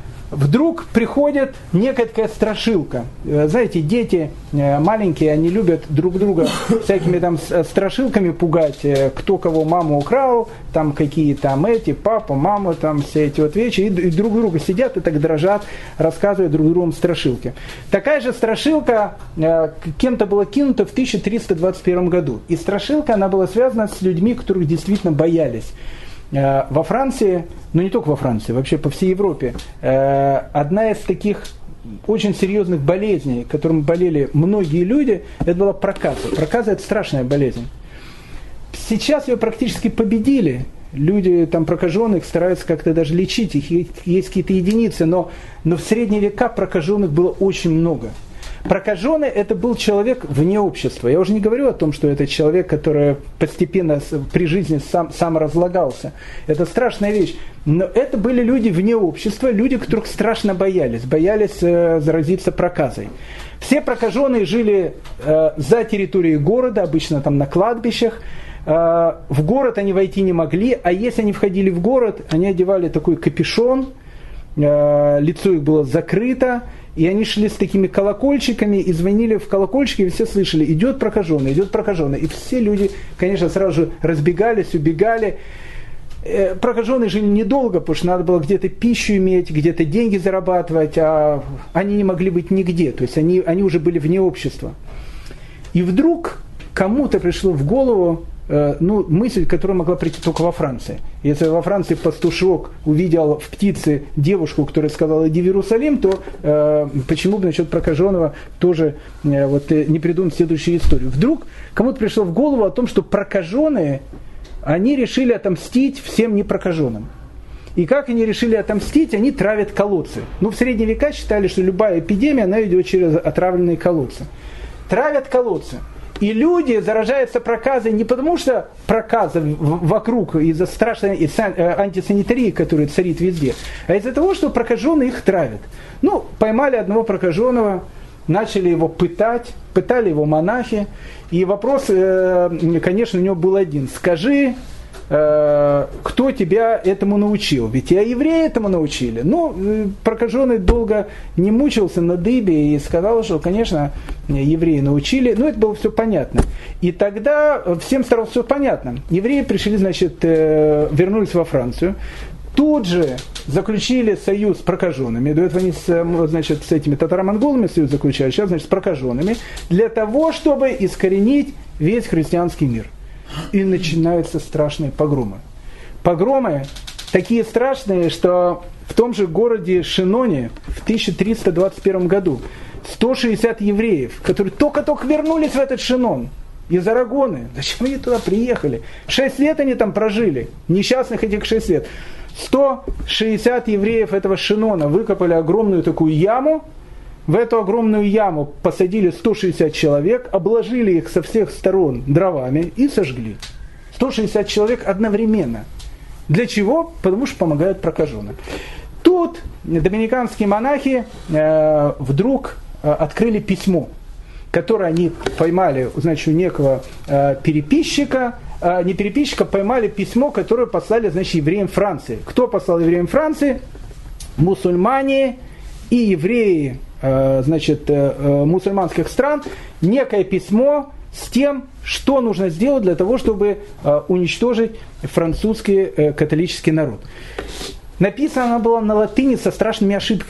Вдруг приходит некая такая страшилка. Знаете, дети маленькие, они любят друг друга всякими там страшилками пугать, кто кого маму украл, там какие там эти, папа, мама, там все эти вот вещи, и, и друг друга сидят и так дрожат, рассказывают друг другу страшилки. Такая же страшилка кем-то была кинута в тысяча триста двадцать первом году. И страшилка, она была связана с людьми, которых действительно боялись. Во Франции, ну не только во Франции, вообще по всей Европе, одна из таких очень серьезных болезней, которым болели многие люди, это была проказа. Проказа – это страшная болезнь. Сейчас ее практически победили. Люди там прокаженных стараются как-то даже лечить, их есть какие-то единицы, но, но в средние века прокаженных было очень много. Прокаженный – это был человек вне общества. Я уже не говорю о том, что это человек, который постепенно при жизни сам, сам разлагался. Это страшная вещь. Но это были люди вне общества, люди, которых страшно боялись. Боялись э, заразиться проказой. Все прокаженные жили э, за территорией города, обычно там на кладбищах. Э, в город они войти не могли, а если они входили в город, они одевали такой капюшон, э, лицо их было закрыто. И они шли с такими колокольчиками и звонили в колокольчики, и все слышали, идет прокаженный, идет прокаженный. И все люди, конечно, сразу же разбегались, убегали. Прокаженные жили недолго, потому что надо было где-то пищу иметь, где-то деньги зарабатывать, а они не могли быть нигде. То есть они, они уже были вне общества. И вдруг кому-то пришло в голову ну, мысль, которая могла прийти только во Франции. Если во Франции пастушок увидел в птице девушку, которая сказала «иди в Иерусалим», то э, почему бы насчет прокаженного тоже э, вот, э, не придумать следующую историю. Вдруг кому-то пришло в голову о том, что прокаженные, они решили отомстить всем непрокаженным. И как они решили отомстить? Они травят колодцы. Ну, в средние века считали, что любая эпидемия, она идет через отравленные колодцы. Травят колодцы. И люди заражаются проказой не потому, что проказа вокруг из-за страшной антисанитарии, которая царит везде, а из-за того, что прокаженные их травят. Ну, поймали одного прокаженного, начали его пытать, пытали его монахи, и вопрос, конечно, у него был один. Скажи, кто тебя этому научил? Ведь и евреи этому научили. Ну, прокаженный долго не мучился на дыбе и сказал, что, конечно, евреи научили. Ну, это было все понятно. И тогда всем стало все понятно. Евреи пришли, значит, вернулись во Францию. Тут же заключили союз с прокаженными. До этого они с, значит, с этими татаро-монголами союз заключали, сейчас, значит, с прокаженными, для того, чтобы искоренить весь христианский мир. И начинаются страшные погромы. Погромы такие страшные, что в том же городе Шиноне в тысяча триста двадцать первом году сто шестьдесят евреев, которые только-только вернулись в этот Шинон из Арагоны. Зачем они туда приехали? Шесть лет они там прожили. Несчастных этих шесть лет. сто шестьдесят евреев этого Шинона выкопали огромную такую яму. В эту огромную яму посадили сто шестьдесят человек, обложили их со всех сторон дровами и сожгли. сто шестьдесят человек одновременно. Для чего? Потому что помогают прокаженным. Тут доминиканские монахи э, вдруг э, открыли письмо, которое они поймали, значит, у некого э, переписчика, э, не переписчика, поймали письмо, которое послали, значит, евреям Франции. Кто послал евреям Франции? Мусульмане и евреи, значит, мусульманских стран, некое письмо с тем, что нужно сделать для того, чтобы уничтожить французский католический народ. Написано оно было на латыни со страшными ошибками.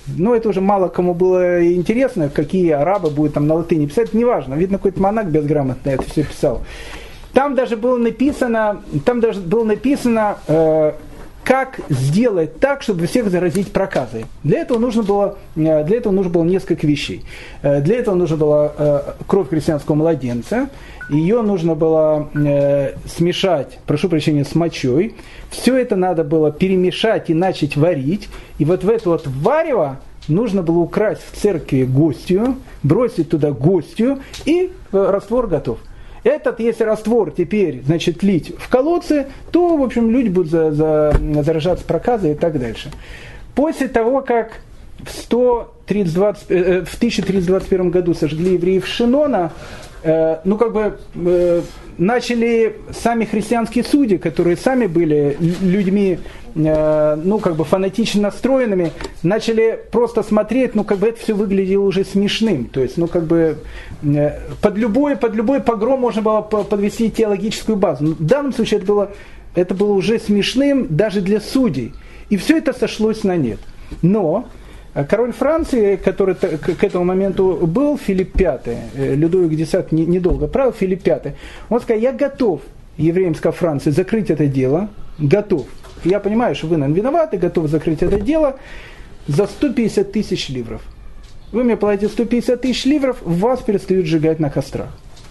Но это уже мало кому было интересно, какие арабы будут там на латыни писать, неважно. Видно, какой-то монах безграмотный это все писал. Там даже было написано, там даже было написано, э, как сделать так, чтобы всех заразить проказой. Для этого нужно было, для этого нужно было несколько вещей. Для этого нужна была кровь христианского младенца, ее нужно было смешать, прошу прощения, с мочой. Все это надо было перемешать и начать варить. И вот в это вот варево нужно было украсть в церкви гостью, бросить туда гостью, и раствор готов. Этот, если раствор теперь, значит, лить в колодцы, то, в общем, люди будут за, за, заражаться проказой и так дальше. После того, как в, сто тридцать, двадцать, э, в тысяча триста двадцать первом году сожгли евреев Шинона, э, ну, как бы, э, начали сами христианские судьи, которые сами были людьми, э, ну, как бы, фанатично настроенными, начали просто смотреть, ну, как бы, это все выглядело уже смешным. То есть, ну, как бы, э, под любой, под любой погром можно было подвести теологическую базу. Но в данном случае это было, это было уже смешным даже для судей. И все это сошлось на нет. Но король Франции, который к этому моменту был, Филипп Пятый, Людовик Десятый недолго правил, Филипп Пятый, он сказал: я готов, евреям Франции, закрыть это дело, готов. Я понимаю, что вы, наверное, виноваты, готов закрыть это дело за сто пятьдесят тысяч ливров. Вы мне платите сто пятьдесят тысяч ливров, вас перестают сжигать на кострах.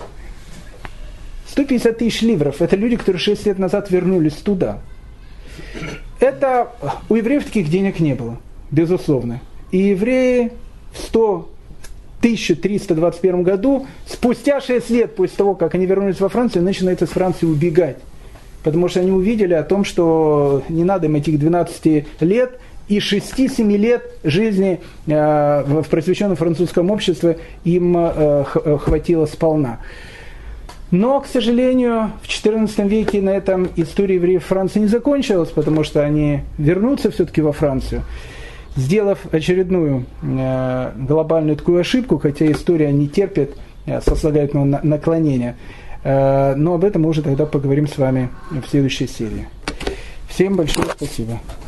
сто пятьдесят тысяч ливров, это люди, которые шесть лет назад вернулись туда. Это, у евреев таких денег не было, безусловно. И евреи в тысяча триста двадцать первом году, спустя шесть лет после того, как они вернулись во Францию, начинают из Франции убегать. Потому что они увидели о том, что не надо им этих двенадцати лет и шести-семи лет жизни э, в просвещенном французском обществе им э, хватило сполна. Но, к сожалению, в четырнадцатом веке на этом история евреев Франции не закончилась, потому что они вернутся все-таки во Францию, сделав очередную э, глобальную такую ошибку, хотя история не терпит э, сослагательного на- наклонения. Э, но об этом мы уже тогда поговорим с вами в следующей серии. Всем большое спасибо.